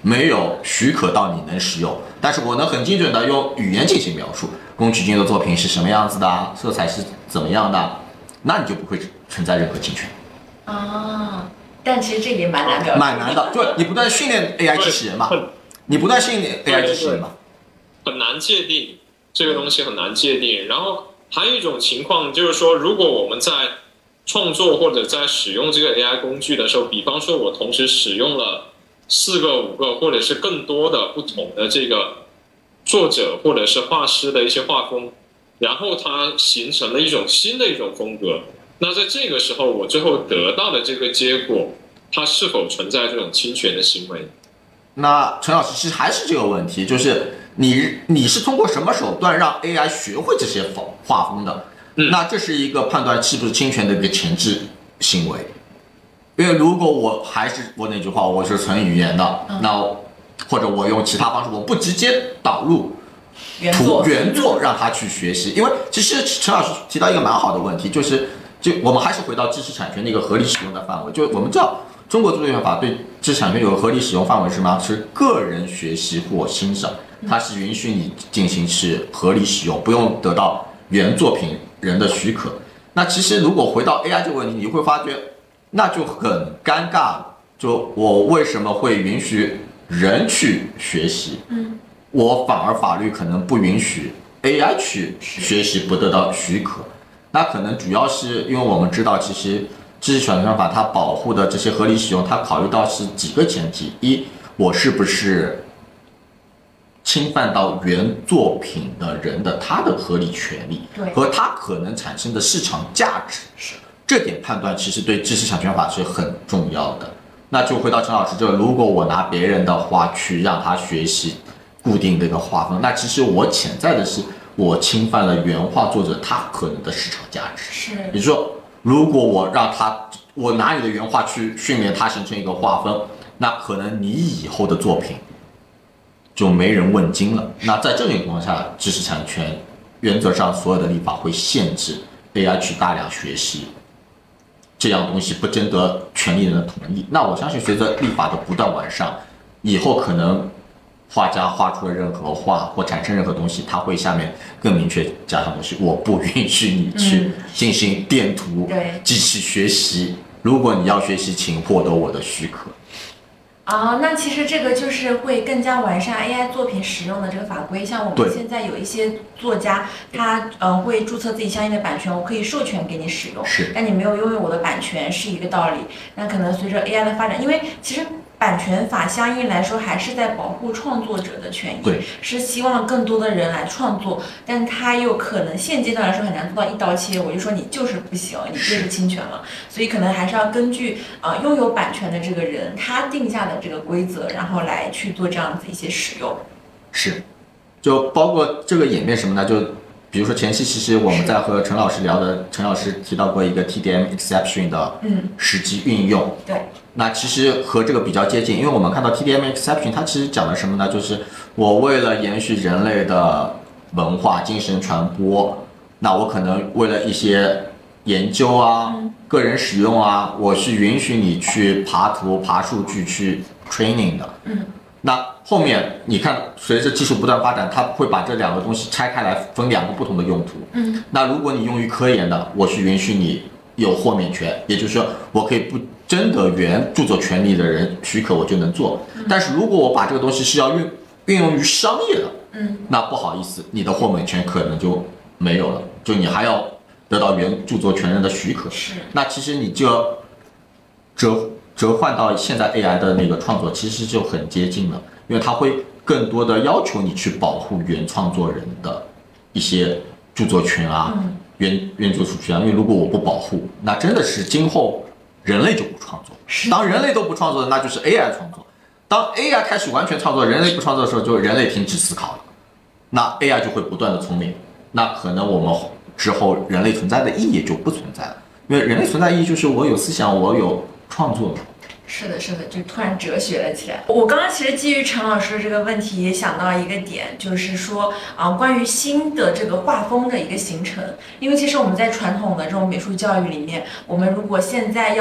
没有许可到你能使用，但是我能很精准的用语言进行描述，宫崎骏的作品是什么样子的，色彩是怎么样的，那你就不会存在任何侵权。 啊，但其实这也蛮难表达， 蛮难的，就你不断训练 AI 机器人嘛，你不断训练 AI 机器人嘛， 很难界定这个东西很难界定。然后还有一种情况就是说，如果我们在创作或者在使用这个 AI 工具的时候，比方说我同时使用了4个、5个或者是更多的不同的这个作者或者是画师的一些画风，然后它形成了一种新的一种风格。那在这个时候，我最后得到的这个结果，它是否存在这种侵权的行为？ 那陈老师其实还是这个问题，就是你是通过什么手段让 AI 学会这些画风的？那这是一个判断是不是侵权的一个前置行为。因为如果我还是我那句话，我是纯语言的，那或者我用其他方式，我不直接导入原作让他去学习。因为其实陈老师提到一个蛮好的问题，就我们还是回到知识产权的一个合理使用的范围。就我们知道中国著作权法对知识产权有个合理使用范围是什么？是个人学习或欣赏，它是允许你进行是合理使用，不用得到原作品人的许可。那其实如果回到 AI 这个问题，你会发觉那就很尴尬了。就我为什么会允许人去学习？我反而法律可能不允许 AI 去学习，不得到许可。那可能主要是因为我们知道，其实知识产权法它保护的这些合理使用，它考虑到是几个前提：一，我是不是侵犯到原作品的人的他的合理权利和他可能产生的市场价值。这点判断其实对知识产权法是很重要的。那就回到陈老师这，如果我拿别人的话去让他学习固定的一个画风，那其实我潜在的是我侵犯了原画作者他可能的市场价值。 是， 也就是说，如果我拿你的原画去训练它形成一个画风，那可能你以后的作品就没人问津了。那在这种情况下，知识产权原则上所有的立法会限制 AI 去大量学习这样东西，不征得权利人的同意。那我相信随着立法的不断完善，以后可能画家画出了任何画或产生任何东西，他会下面更明确加上东西，我不允许你去进行电图机器学习，如果你要学习，请获得我的许可。 那其实这个就是会更加完善 AI 作品使用的这个法规。像我们现在有一些作家，他会注册自己相应的版权，我可以授权给你使用，但你没有拥有我的版权是一个道理。那可能随着 AI 的发展，因为其实版权法相应来说还是在保护创作者的权益，是希望更多的人来创作，但他又可能现阶段来说很难做到一刀切，我就说你就是不行，你就是侵权了，所以可能还是要根据拥有版权的这个人他定下的这个规则，然后来去做这样子一些使用。 是，就包括这个演变什么呢？就比如说前期其实我们在和陈老师聊的，陈老师提到过一个 TDM exception 的实际运用。 对。 那其实和这个比较接近，因为我们看到 TDM exception 它其实讲的什么呢？就是我为了延续人类的文化精神传播，那我可能为了一些研究啊、个人使用啊，我是允许你去爬图、爬数据去 training 的。那后面你看，随着技术不断发展，它会把这两个东西拆开来，分两个不同的用途。那如果你用于科研的，我是允许你有豁免权，也就是说，我可以不征得原著作权利的人许可，我就能做。但是如果我把这个东西是要运用于商业的，那不好意思，你的豁免权可能就没有了，就你还要得到原著作权人的许可。那其实你就折换到现在 AI 的那个创作，其实就很接近了，因为它会更多的要求你去保护原创作人的一些著作权啊。原作出权，因为如果我不保护，那真的是今后人类就不创作。当人类都不创作，那就是 AI 创作。当 AI 开始完全创作，人类不创作的时候，就人类停止思考了。那 AI 就会不断的聪明，那可能我们之后人类存在的意义就不存在了，因为人类存在意义就是我有思想，我有创作。 是的，就突然哲学了起来。我刚刚其实基于陈老师的这个问题，也想到一个点，就是说关于新的这个画风的一个形成。因为其实我们在传统的这种美术教育里面，我们如果现在要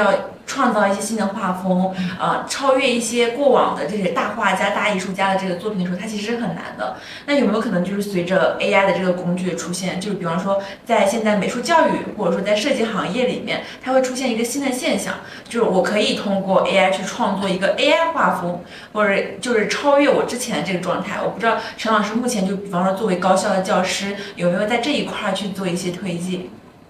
创造一些新的画风，超越一些过往的这些大画家、大艺术家的这个作品的时候，它其实是很难的。那有没有可能就是随着 AI 的这个工具的出现，就是比方说在现在美术教育或者说在设计行业里面，它会出现一个新的现象，就是我可以通过 AI 去创作一个 AI 画风，或者就是超越我之前的这个状态。我不知道陈老师目前就比方说作为高校的教师，有没有在这一块去做一些推进？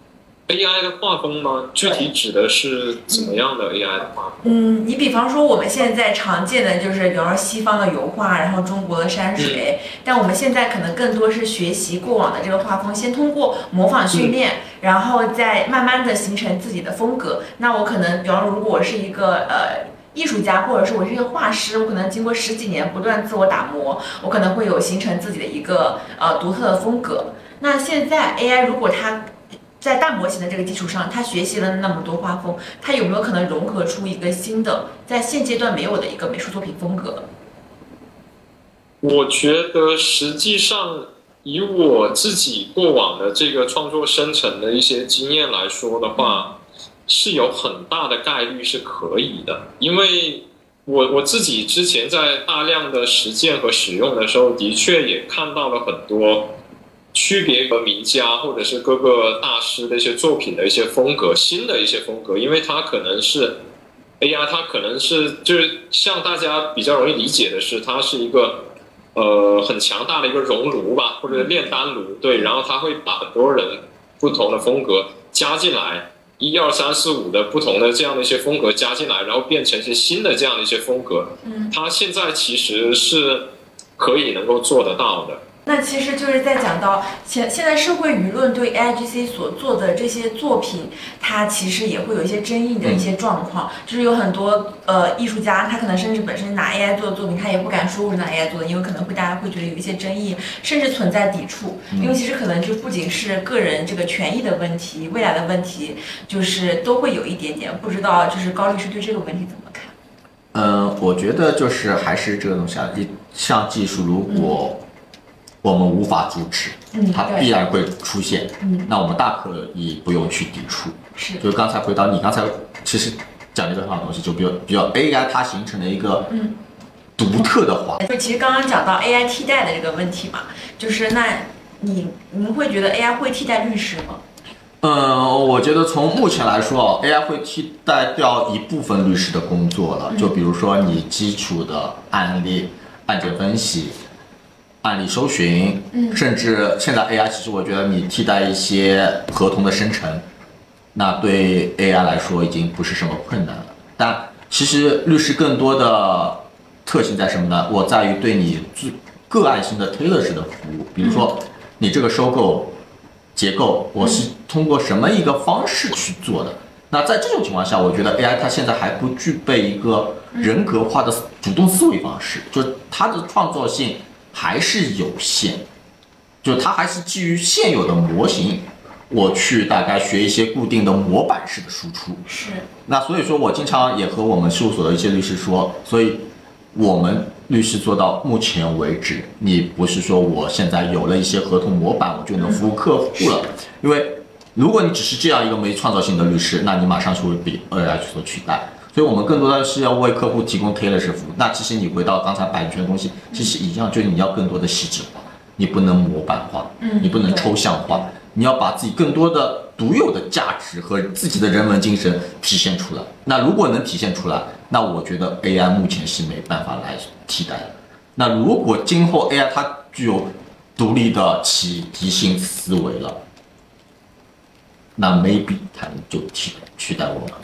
AI 的画风吗？具体指的是怎么样的 AI 的画风？ 你比方说我们现在常见的就是，比方说西方的油画，然后中国的山水，但我们现在可能更多是学习过往的这个画风，先通过模仿训练，然后再慢慢的形成自己的风格。那我可能，比方说如果我是一个艺术家，或者是我是一个画师，我可能经过10几年不断自我打磨，我可能会有形成自己的一个独特的风格。那现在 AI 如果它在大模型的这个基础上，它学习了那么多画风，它有没有可能融合出一个新的，在现阶段没有的一个美术作品风格？ 我觉得实际上以我自己过往的这个创作生成的一些经验来说的话，是有很大的概率是可以的，因为我自己之前在大量的实践和使用的时候，的确也看到了很多区别和名家或者是各个大师的一些作品的一些风格，新的一些风格，因为它可能是 AI， 它可能是就是像大家比较容易理解的是，它是一个很强大的一个熔炉吧，或者炼丹炉，对，然后它会把很多人不同的风格加进来，1、2、3、4、5的不同的这样的一些风格加进来，然后变成一些新的这样的一些风格，它现在其实是可以能够做得到的。 那其实就是在讲到现在社会舆论对 AIGC 所做的这些作品，它其实也会有一些争议的一些状况，就是有很多艺术家，他可能甚至本身拿 AI 做的作品，他也不敢说我是拿 AI 做的，因为可能会大家会觉得有一些争议，甚至存在抵触。因为其实可能就不仅是个人这个权益的问题，未来的问题，就是都会有一点点。不知道就是高律师对这个问题怎么看？ 我觉得就是还是这个东西啊，一项技术如果我们无法阻止，它必然会出现，那我们大可以不用去抵触。 是， 就是刚才回到你刚才其实讲的一个很好的东西，就比如 AI 它形成了一个独特的画。 就其实刚刚讲到 AI 替代的这个问题嘛，就是那您会觉得 AI 会替代律师吗？ 我觉得从目前来说，AI 会替代掉一部分律师的工作了。就比如说你基础的案例、案件分析、案例搜寻，甚至现在 AI 其实我觉得你替代一些合同的生成，那对 AI 来说已经不是什么困难了。但其实律师更多的特性在什么呢？我在于对你个案性的 tailor 式的服务，比如说你这个收购结构，我是通过什么一个方式去做的？那在这种情况下，我觉得 AI 它现在还不具备一个人格化的主动思维方式，就是它的创作性还是有限，就它还是基于现有的模型，我去大概学一些固定的模板式的输出。 是。 那所以说我经常也和我们事务所的一些律师说，所以我们律师做到目前为止，你不是说我现在有了一些合同模板，我就能服务客户了，因为如果你只是这样一个没创造性的律师，那你马上就会被 AI 所取代。所以我们更多的是要为客户提供 tailor 式服务。那其实你回到刚才版权的东西，其实一样，就是你要更多的细致化，你不能模板化，你不能抽象化，你要把自己更多的独有的价值和自己的人文精神体现出来。那如果能体现出来，那我觉得 AI 目前是没办法来替代的。那如果今后 AI 它具有独立的启迪性思维了，那 maybe 它就取代我们。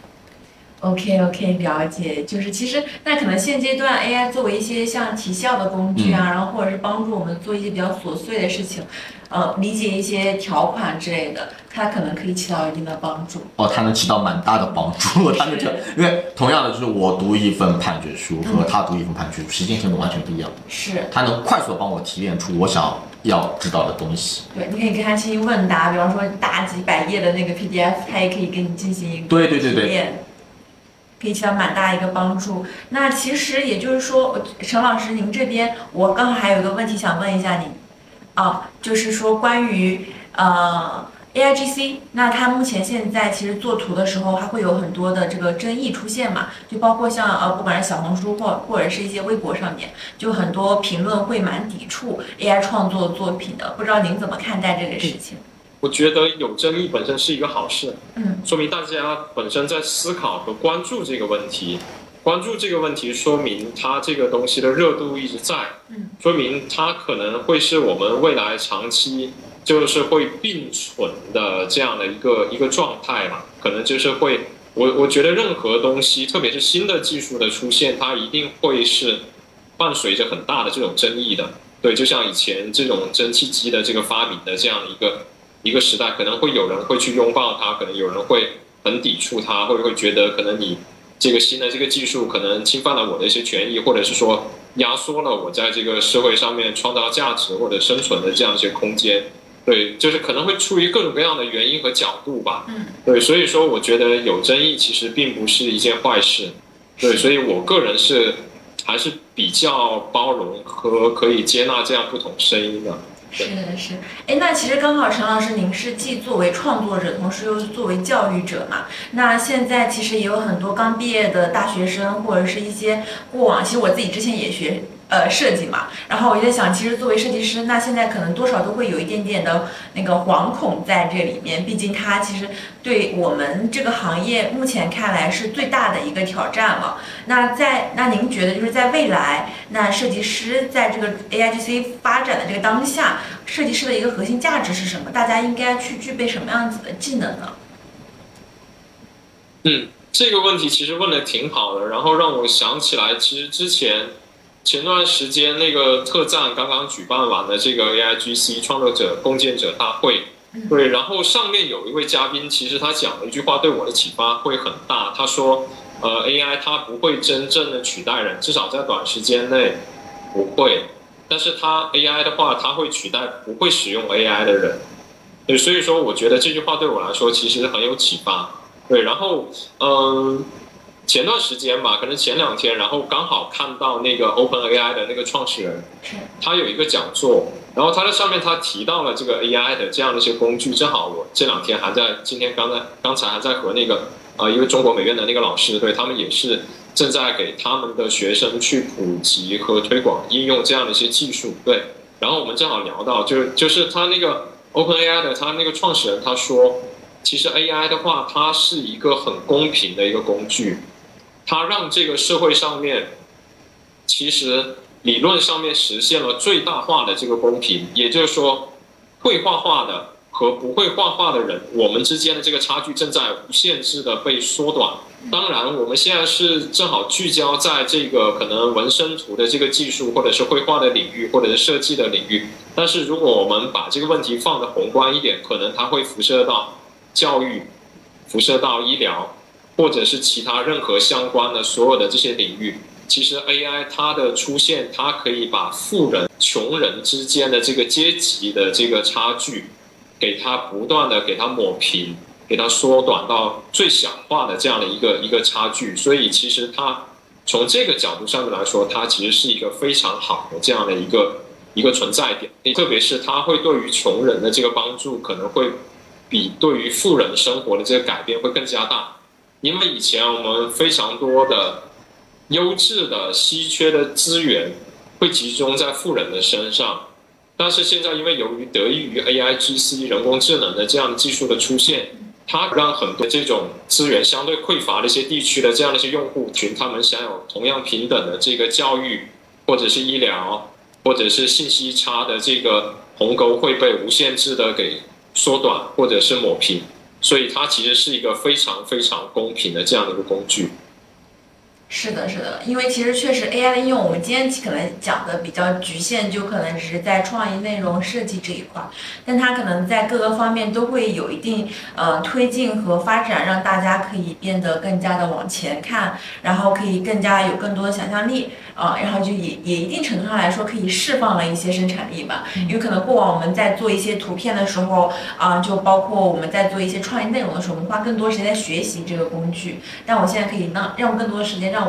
OK， 了解。就是其实那可能现阶段 AI 作为一些像提效的工具啊，然后或者是帮助我们做一些比较琐碎的事情，理解一些条款之类的，它可能可以起到一定的帮助。 它能起到蛮大的帮助。它能因为同样的就是我读一份判决书和他读一份判决书，时间成本完全不一样。 是。它能快速的帮我提炼出我想要知道的东西。 对，你可以跟他进行问答，比方说大几百页的那个 PDF， 它也可以给你进行一个提炼。可以起到蛮大一个帮助。那其实也就是说，陈老师，您这边我刚好还有一个问题想问一下您，就是说关于 AIGC，那它目前现在其实做图的时候，还会有很多的这个争议出现嘛，就包括像不管是小红书或者是一些微博上面，就很多评论会蛮抵触 AI 创作作品的，不知道您怎么看待这个事情？ 我觉得有争议本身是一个好事， 嗯， 说明大家本身在思考和关注这个问题，关注这个问题说明它这个东西的热度一直在，说明它可能会是我们未来长期就是会并存的这样的一个状态嘛，可能就是会，我觉得任何东西，特别是新的技术的出现，它一定会是伴随着很大的这种争议的，对，就像以前这种蒸汽机的这个发明的这样的一个时代，可能会有人会去拥抱它，可能有人会很抵触它，会觉得可能你这个新的这个技术可能侵犯了我的一些权益，或者是说压缩了我在这个社会上面创造价值或者生存的这样一些空间。对，就是可能会出于各种各样的原因和角度吧。对，所以说我觉得有争议其实并不是一件坏事。对，所以我个人还是比较包容和可以接纳这样不同声音的。 是的，是。哎，那其实刚好陈老师，您是既作为创作者，同时又作为教育者嘛。那现在其实也有很多刚毕业的大学生，或者是一些过往，其实我自己之前也学设计嘛，然后我就在想，其实作为设计师，那现在可能多少都会有一点点的那个惶恐在这里面，毕竟它其实对我们这个行业目前看来是最大的一个挑战了。那您觉得就是在未来，那设计师在这个 AIGC 发展的这个当下，设计师的一个核心价值是什么？大家应该去具备什么样子的技能呢？ 这个问题其实问的挺好的，然后让我想起来，其实前段时间那个特赞刚刚举办完的这个 AIGC 创作者共建者大会，对，然后上面有一位嘉宾，其实他讲了一句话对我的启发会很大，他说AI 它不会真正的取代人，至少在短时间内不会，但是AI 的话，它会取代不会使用 AI 的人，对，所以说我觉得这句话对我来说其实很有启发，对，然后前段时间吧，可能前2天，然后刚好看到那个 OpenAI 的那个创始人，他有一个讲座，然后他在上面他提到了这个 AI 的这样的一些工具，正好我这2天刚才还在和那个一个中国美院的那个老师，对，他们也是正在给他们的学生去普及和推广应用这样的一些技术，对，然后我们正好聊到就是他那个 OpenAI 的他那个创始人他说，其实 AI 的话，它是一个很公平的一个工具。它让这个社会上面，其实理论上面实现了最大化的这个公平，也就是说，会画画的和不会画画的人，我们之间的这个差距正在无限制的被缩短。当然，我们现在是正好聚焦在这个可能纹身图的这个技术，或者是绘画的领域，或者是设计的领域。但是，如果我们把这个问题放得宏观一点，可能它会辐射到教育，辐射到医疗。或者是其他任何相关的所有的这些领域，其实 AI 它的出现，它可以把富人、穷人之间的这个阶级的这个差距，给它不断的给它抹平，给它缩短到最小化的这样的一个差距。所以其实它从这个角度上面来说，它其实是一个非常好的这样的一个存在点。特别是它会对于穷人的这个帮助，可能会比对于富人生活的这个改变会更加大。因为以前我们非常多的优质的稀缺的资源会集中在富人的身上，但是现在因为得益于 AIGC 人工智能的这样技术的出现，它让很多这种资源相对匮乏的一些地区的这样的一些用户群，他们享有同样平等的这个教育，或者是医疗，或者是信息差的这个鸿沟会被无限制的给缩短或者是抹平。所以它其实是一个非常非常公平的这样的一个工具。 是的，是的，因为其实确实 AI 的应用，我们今天可能讲的比较局限，就可能只是在创意内容设计这一块，但它可能在各个方面都会有一定推进和发展，让大家可以变得更加的往前看，然后可以更加有更多的想象力然后就也一定程度上来说可以释放了一些生产力吧，因为可能过往我们在做一些图片的时候就包括我们在做一些创意内容的时候，我们花更多时间在学习这个工具，但我现在可以让更多的时间让我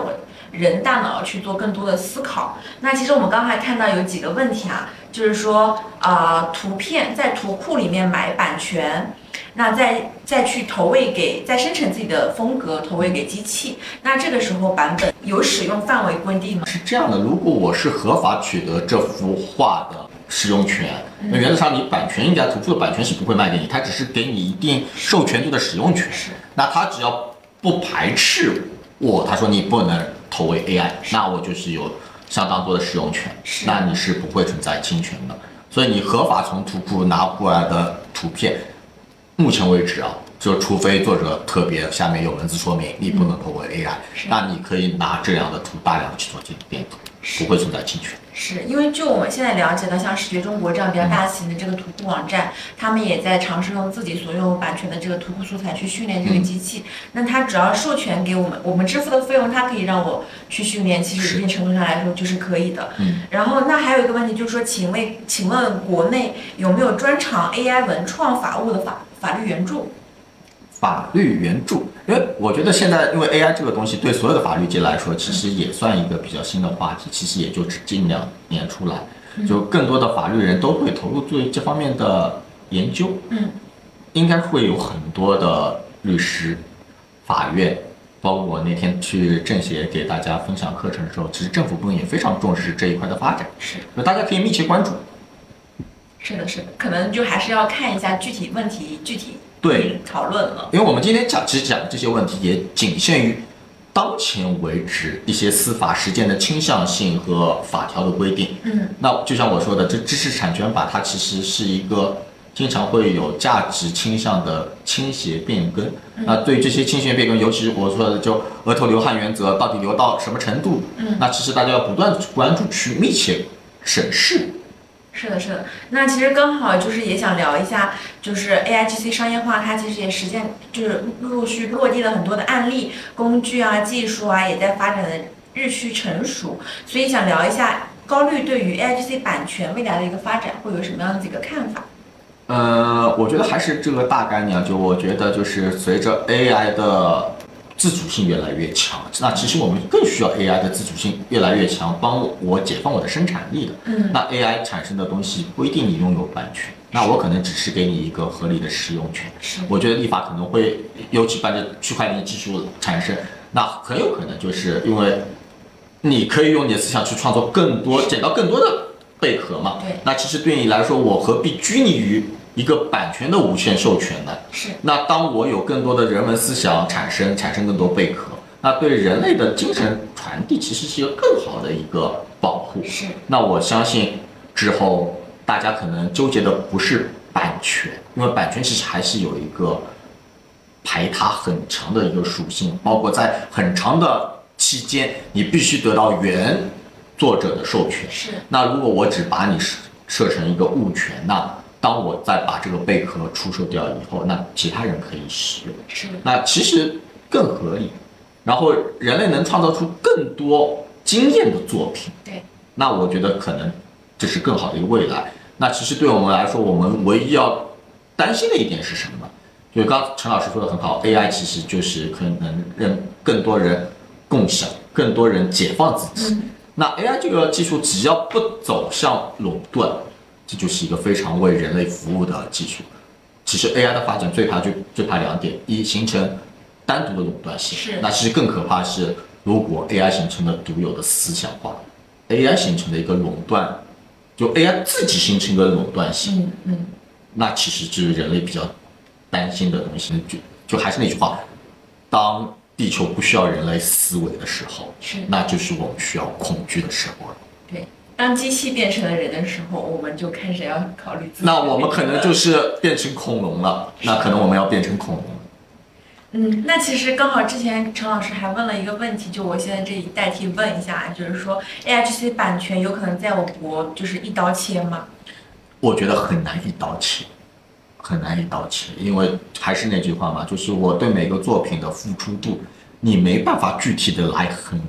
人大脑去做更多的思考。那其实我们刚才看到有几个问题啊，就是说图片在图库里面买版权，那再去投喂给，再生成自己的风格投喂给机器，那这个时候版本有使用范围规定吗？ 是这样的，如果我是合法取得这幅画的使用权，那原则上你版权应该图库的版权是不会卖给你，它只是给你一定授权度的使用权。那他只要不排斥他说你不能投喂 AI， 那我就是有相当多的使用权，那你是不会存在侵权的。所以你合法从图库拿过来的图片，目前为止就除非作者特别下面有文字说明你不能投喂 AI，那你可以拿这样的图大量的去做变图，不会存在侵权。 是因为就我们现在了解的，像视觉中国这样比较大型的这个图库网站，他们也在尝试用自己所有版权的这个图库素材去训练这个机器。那它只要授权给我们支付的费用，它可以让我去训练，其实一定程度上来说就是可以的。然后那还有一个问题就是说，请问国内有没有专长 AI 文创法务的法律援助？ 法律援助，因为我觉得现在因为 AI 这个东西对所有的法律界来说，其实也算一个比较新的话题，其实也就近2年出来，就更多的法律人都会投入对这方面的研究，应该会有很多的律师、法院，包括我那天去政协给大家分享课程的时候，其实政府部门也非常重视这一块的发展，所以大家可以密切关注。 是的，可能就还是要看一下具体问题具体讨论了， 因为我们今天其实讲这些问题也仅限于当前为止一些司法实践的倾向性和法条的规定。那就像我说的，这知识产权法它其实是一个经常会有价值倾向的倾斜变更。那对于这些倾斜变更，尤其是我说的就额头流汗原则到底流到什么程度，那其实大家要不断关注去密切审视。 是的。那其实刚好就是也想聊一下，就是 AIGC 商业化，它其实也实践就是陆续落地了很多的案例、工具啊、技术啊，也在发展的日趋成熟。所以想聊一下高律对于 AIGC 版权未来的一个发展会有什么样的几个看法？ 我觉得还是这个大概念，就我觉得就是随着 AI 的自主性越来越强，那其实我们更需要 AI 的自主性越来越强，帮我解放我的生产力的。那 AI 产生的东西不一定你拥有版权，那我可能只是给你一个合理的使用权。我觉得立法可能会，尤其伴着区块链技术产生，那很有可能就是因为你可以用你的思想去创作更多，捡到更多的贝壳嘛。那其实对你来说，我何必拘泥于一个版权的无限授权呢？那当我有更多的人文思想产生更多贝壳，那对人类的精神传递其实是一个更好的一个保护。那我相信之后大家可能纠结的不是版权，因为版权其实还是有一个排他很强的一个属性，包括在很长的期间你必须得到原作者的授权。那如果我只把你设成一个物权，那当我再把这个贝壳出售掉以后，那其他人可以使用，那其实更合理。然后人类能创造出更多惊艳的作品，那我觉得可能这是更好的一个未来。那其实对我们来说，我们唯一要担心的一点是什么？就刚刚陈老师说的很好 ，AI 其实就是可能让更多人共享，更多人解放自己。那 AI 这个技术只要不走向垄断，这就是一个非常为人类服务的技术。其实 AI 的发展最怕2点：一，形成单独的垄断性；那其实更可怕是，如果 AI 形成了独有的思想化 ，AI 形成了一个垄断，就 AI 自己形成一个垄断性，那其实就是人类比较担心的东西。就还是那句话，当地球不需要人类思维的时候，那就是我们需要恐惧的时候了。 当机器变成了人的时候，我们就开始要考虑自己。 那我们可能就是变成恐龙了，那可能我们要变成恐龙。 那其实刚好之前陈老师还问了一个问题，就我现在这里代替问一下，就是说 AIGC 版权有可能在我国就是一刀切吗？ 我觉得很难一刀切，因为还是那句话嘛，就是我对每个作品的付出度，你没办法具体的来衡量。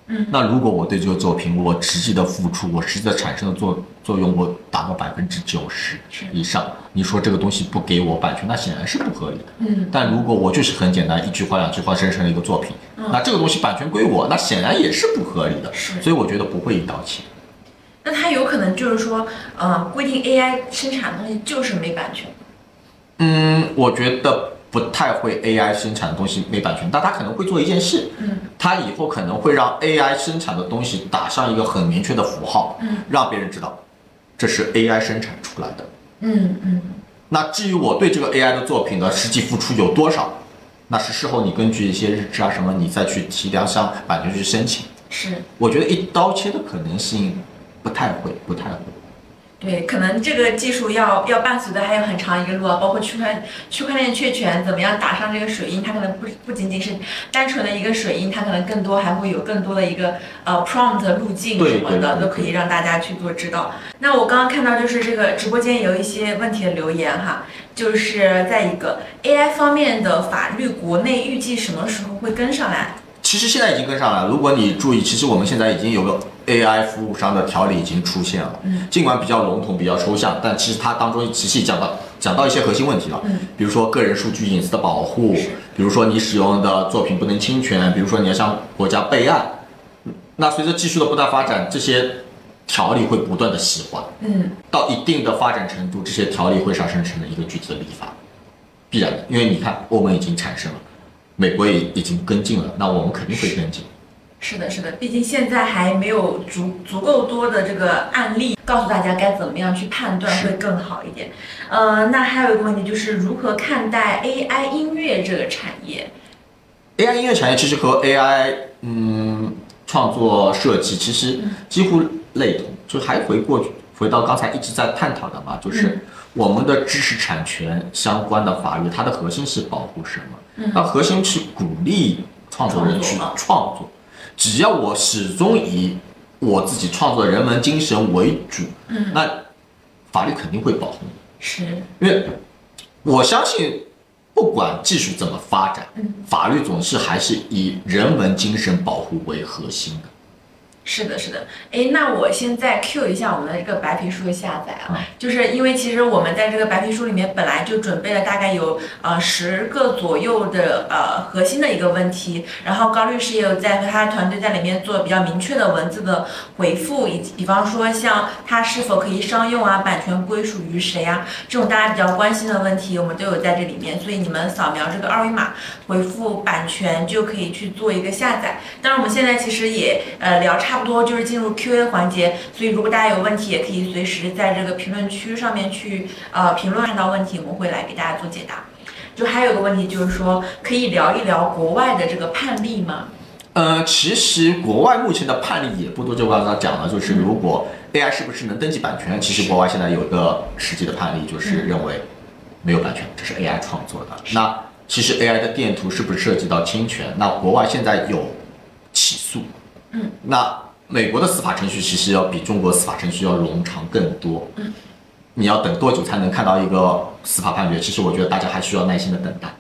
那如果我对这个作品，我实际的付出，我实际的产生的作用，我达到90%以上，你说这个东西不给我版权，那显然是不合理的。但如果我就是很简单，一句话两句话生成了一个作品，那这个东西版权归我，那显然也是不合理的。所以我觉得不会一刀切。 那它有可能就是说，规定 AI 生产的东西就是没版权。 我觉得不太会 AI 生产的东西没版权，但它可能会做一件事，它以后可能会让 AI 生产的东西打上一个很明确的符号，让别人知道这是 AI 生产出来的。那至于我对这个 AI 的作品的实际付出有多少，那是事后你根据一些日志啊什么，你再去提两项版权去申请。我觉得一刀切的可能性不太会。 对，可能这个技术要伴随的还有很长一个路啊，包括区块链确权怎么样打上这个水印，它可能不仅仅是单纯的一个水印，它可能更多还会有更多的一个prompt 路径什么的，都可以让大家去做知道。那我刚刚看到就是这个直播间有一些问题的留言哈，就是在一个 AI 方面的法律，国内预计什么时候会跟上来？ 其实现在已经跟上来了。如果你注意，其实我们现在已经有个 AI 服务商的条例已经出现了，尽管比较笼统、比较抽象，但其实它当中其实讲到一些核心问题了。比如说个人数据隐私的保护，比如说你使用的作品不能侵权，比如说你要向国家备案。那随着技术的不断发展，这些条例会不断的细化。到一定的发展程度，这些条例会上升成一个具体的立法，必然的。因为你看，欧盟已经产生了。美国也已经跟进了，那我们肯定会跟进。 是的，毕竟现在还没有足够多的这个案例告诉大家该怎么样去判断会更好一点。那还有一个问题就是如何看待 AI 音乐这个产业 ？AI 音乐产业其实和 AI 创作设计其实几乎类同，就还回到刚才一直在探讨的嘛，就是我们的知识产权相关的法律，它的核心是保护什么？那核心是鼓励创作人去创作，只要我始终以我自己创作的人文精神为主，那法律肯定会保护你。因为我相信，不管技术怎么发展，法律总是还是以人文精神保护为核心的。 是的，那我现在 Q 一下我们的这个白皮书的下载啊，就是因为其实我们在这个白皮书里面本来就准备了大概有10个左右的核心的一个问题，然后高律师也有在和他的团队在里面做比较明确的文字的回复，以及比方说像它是否可以商用啊，版权归属于谁啊，这种大家比较关心的问题，我们都有在这里面，所以你们扫描这个二维码回复版权就可以去做一个下载。当然我们现在其实也聊差不多就是进入 Q&A 环节，所以如果大家有问题，也可以随时在这个评论区上面去评论，看到问题我们会来给大家做解答。就还有个问题就是说，可以聊一聊国外的这个判例吗？ 其实国外目前的判例也不多，就刚刚讲了，就是如果 AI 是不是能登记版权，其实国外现在有一个实际的判例，就是认为没有版权，这是 AI 创作的。那其实 AI 的电图是不是涉及到侵权？那国外现在有起诉，那美国的司法程序其实要比中国司法程序要冗长更多。你要等多久才能看到一个司法判决？其实我觉得大家还需要耐心的等待，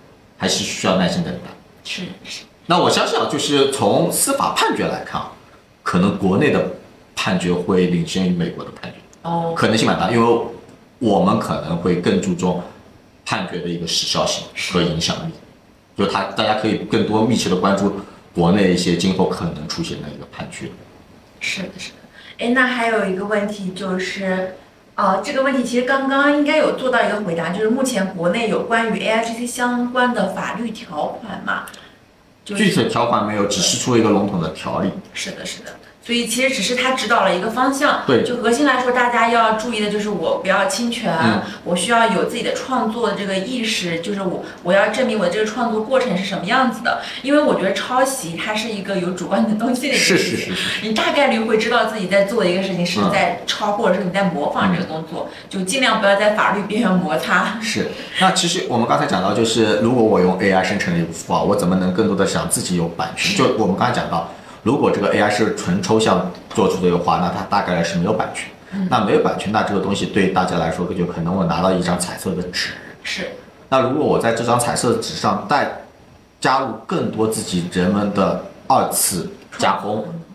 是。 那我相信啊，就是从司法判决来看啊，可能国内的判决会领先于美国的判决，可能性蛮大，因为我们可能会更注重判决的一个时效性和影响力，就大家可以更多密切的关注国内一些今后可能出现的一个判决。 是的。那还有一个问题就是，这个问题其实刚刚应该有做到一个回答，就是目前国内有关于 AIGC 相关的法律条款嘛？ 具体的条款没有，只是出了一个笼统的条例。 是的。所以其实只是它指导了一个方向。 对， 就核心来说，大家要注意的就是我不要侵权，我需要有自己的创作的这个意识，就是我要证明我的这个创作过程是什么样子的。因为我觉得抄袭它是一个有主观的东西的一个事情，你大概率会知道自己在做的一个事情是在抄，或者是你在模仿这个动作，就尽量不要在法律边缘摩擦。 是。那其实我们刚才讲到，就是如果我用 AI 生成了一幅符号，我怎么能更多的想自己有版权？就我们刚才讲到，如果这个 AI 是纯抽象做出的话，那它大概是没有版权。那没有版权，那这个东西对大家来说，就可能我拿到一张彩色的纸。 是。 那如果我在这张彩色的纸上加入更多自己人们的2次加工，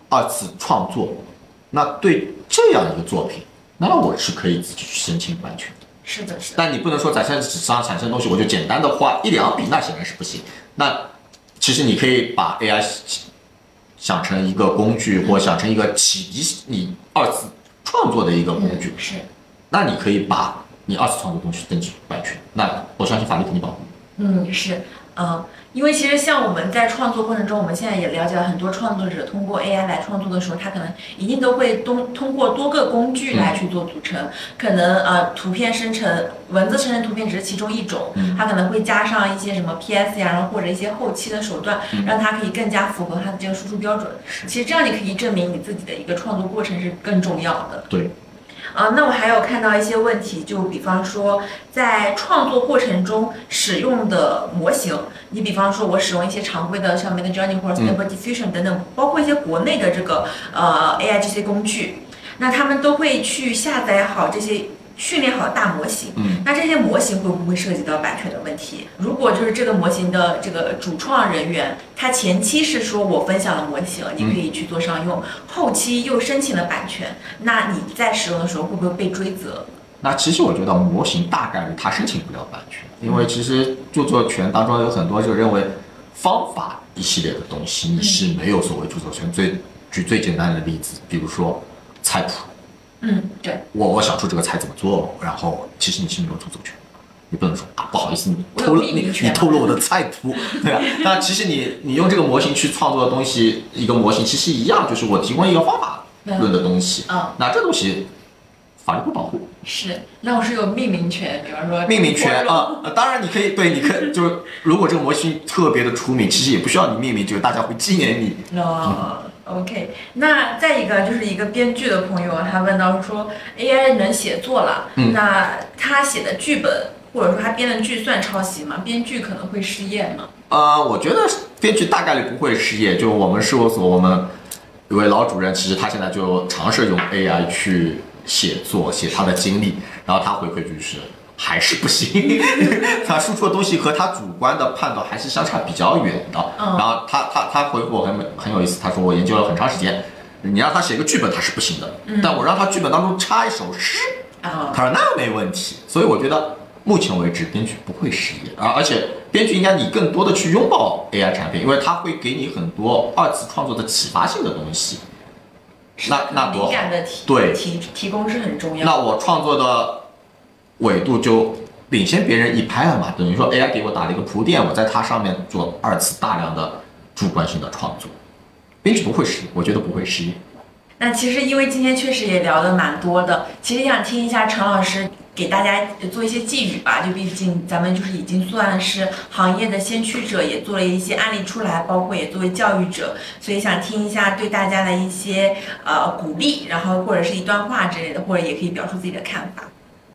二次创作，那对这样一个作品，那我是可以自己去申请版权的。 是的，是的。 但你不能说在纸上产生的东西，我就简单的画一两笔，那显然是不行。那其实你可以把 AI 想成一个工具，或想成一个启迪你二次创作的一个工具。 是。 那你可以把你二次创作东西登记版权，那我相信法律肯定保护。 是。因为其实像我们在创作过程中，我们现在也了解了很多创作者通过 AI 来创作的时候，他可能一定都会通过多个工具来去做组成。可能图片生成、文字生成图片只是其中一种，他可能会加上一些什么 PS 呀，然后或者一些后期的手段，让它可以更加符合它的这个输出标准。其实这样你可以证明你自己的一个创作过程是更重要的。 对。 那我还有看到一些问题，就比方说在创作过程中使用的模型，你比方说我使用一些常规的像 Midjourney 或者 Stable Diffusion 等等，包括一些国内的这个AIGC 工具，那他们都会去下载好这些训练好的大模型，那这些模型会不会涉及到版权的问题？如果就是这个模型的这个主创人员，他前期是说我分享了模型，你可以去做商用，后期又申请了版权，那你在使用的时候会不会被追责？ 那其实我觉得模型大概率它申请不了版权，因为其实著作权当中有很多就认为方法一系列的东西你是没有所谓著作权。举最简单的例子，比如说菜谱。 对， 我想出这个菜怎么做，然后其实你是没有著作权，你不能说不好意思，你透露我的菜谱，对啊。那其实你用这个模型去创作的东西，一个模型其实一样，就是我提供一个方法论的东西，那这东西法律不保护。 是，那我是有命名权，比方说命名权当然你可以就是如果这个模型特别的出名，其实也不需要你命名，就是大家会纪念你。 OK， 那再一个就是一个编剧的朋友，他问到说 AI 能写作了，那他写的剧本或者说他编的剧算抄袭吗？编剧可能会失业吗？ 我觉得编剧大概率不会失业。就我们事务所，我们有位老主任，其实他现在就尝试用 AI 去写他的经历，然后他回馈就是还是不行，他输出的东西和他主观的判断还是相差比较远的。然后他回复我很有意思，他说我研究了很长时间，你让他写一个剧本他是不行的，但我让他剧本当中插一首诗，他说那没问题。所以我觉得目前为止编剧不会失业，而且编剧应该你更多的去拥抱 AI 产品，因为它会给你很多二次创作的启发性的东西。那多好， 灵感的提供是很重要的。 那我创作的纬度就领先别人一拍了嘛，等于说 AI 给我打了一个铺垫，我在它上面做二次大量的主观性的创作，编剧不会失业，我觉得不会失业。 那其实因为今天确实也聊得蛮多的，其实想听一下陈老师给大家做一些寄语吧，就毕竟咱们就是已经算是行业的先驱者，也做了一些案例出来，包括也作为教育者，所以想听一下对大家的一些鼓励，然后或者是一段话之类的，或者也可以表述自己的看法。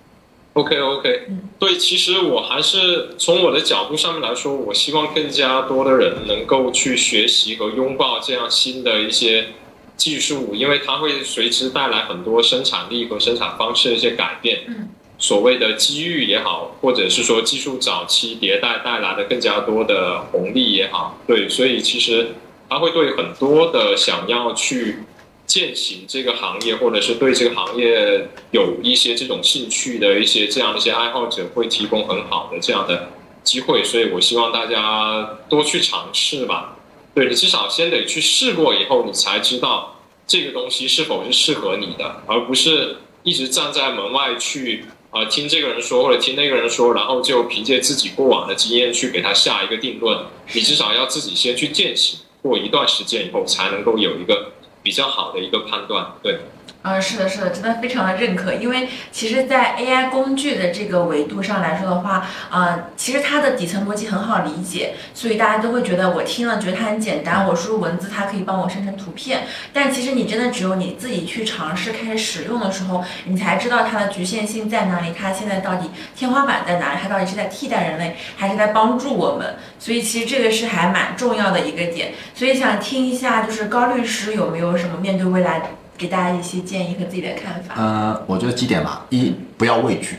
OK， 对，其实我还是从我的角度上面来说，我希望更加多的人能够去学习和拥抱这样新的一些技术，因为它会随之带来很多生产力和生产方式的一些改变。所谓的机遇也好，或者是说技术早期迭代带来的更加多的红利也好，对，所以其实它会对很多的想要去践行这个行业，或者是对这个行业有一些这种兴趣的一些爱好者，会提供很好的这样的机会。所以我希望大家多去尝试吧。对，你至少先得去试过以后，你才知道这个东西是否是适合你的，而不是一直站在门外去听这个人说或者听那个人说，然后就凭借自己过往的经验去给他下一个定论。你至少要自己先去践行过一段时间以后，才能够有一个比较好的一个判断。对。 是的，真的非常的认可，因为其实，在 AI 工具的这个维度上来说的话，其实它的底层逻辑很好理解，所以大家都会觉得我听了觉得它很简单，我输入文字它可以帮我生成图片，但其实你真的只有你自己去尝试开始使用的时候，你才知道它的局限性在哪里，它现在到底天花板在哪里，它到底是在替代人类还是在帮助我们，所以其实这个是还蛮重要的一个点，所以想听一下就是高律师有没有什么面对未来给大家一些建议和自己的看法。 我觉得几点吧：一，不要畏惧；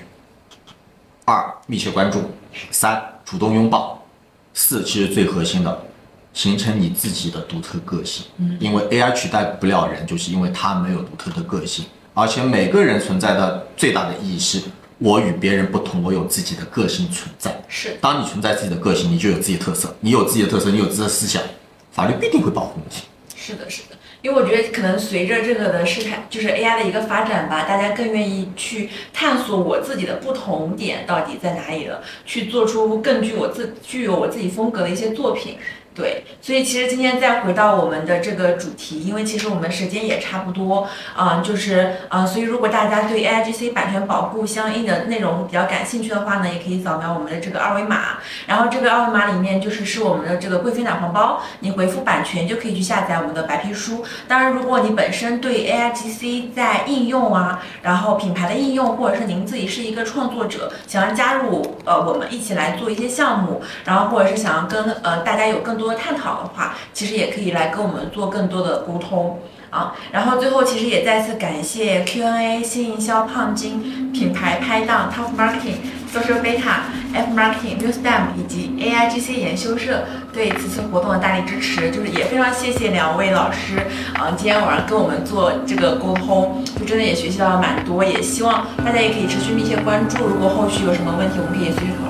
二，密切关注；三，主动拥抱；四，其实最核心的， 形成你自己的独特个性。因为 AI 取代不了人，就是因为它没有独特的个性，而且每个人存在的最大的意义是，我与别人不同，我有自己的个性存在。 是， 当你存在自己的个性，你就有自己的特色，你有自己的特色，你有自己的思想，法律必定会保护你。 是的，是的。因为我觉得可能随着这个的事态，就是 AI 的一个发展吧，大家更愿意去探索我自己的不同点到底在哪里了，去做出更具有我自己风格的一些作品。对，所以其实今天再回到我们的这个主题，因为其实我们时间也差不多，所以如果大家对 AIGC 版权保护相应的内容比较感兴趣的话呢，也可以扫描我们的这个二维码，然后这个二维码里面是我们的这个贵妃奶黄包，你回复版权就可以去下载我们的白皮书。当然，如果你本身对 AIGC 在应用啊，然后品牌的应用，或者是您自己是一个创作者，想要加入我们一起来做一些项目，然后或者是想要跟大家有更多的探讨的话，其实也可以来跟我们做更多的沟通啊。然后最后其实也再次感谢 Q&A、新营销、胖金、品牌拍档、Top Marketing、Social Beta、F Marketing、NewsDem 以及 AIGC 研修社对此次活动的大力支持，就是也非常谢谢两位老师今天晚上跟我们做这个沟通，就真的也学习到了蛮多，也希望大家也可以持续密切关注，如果后续有什么问题，我们可以随时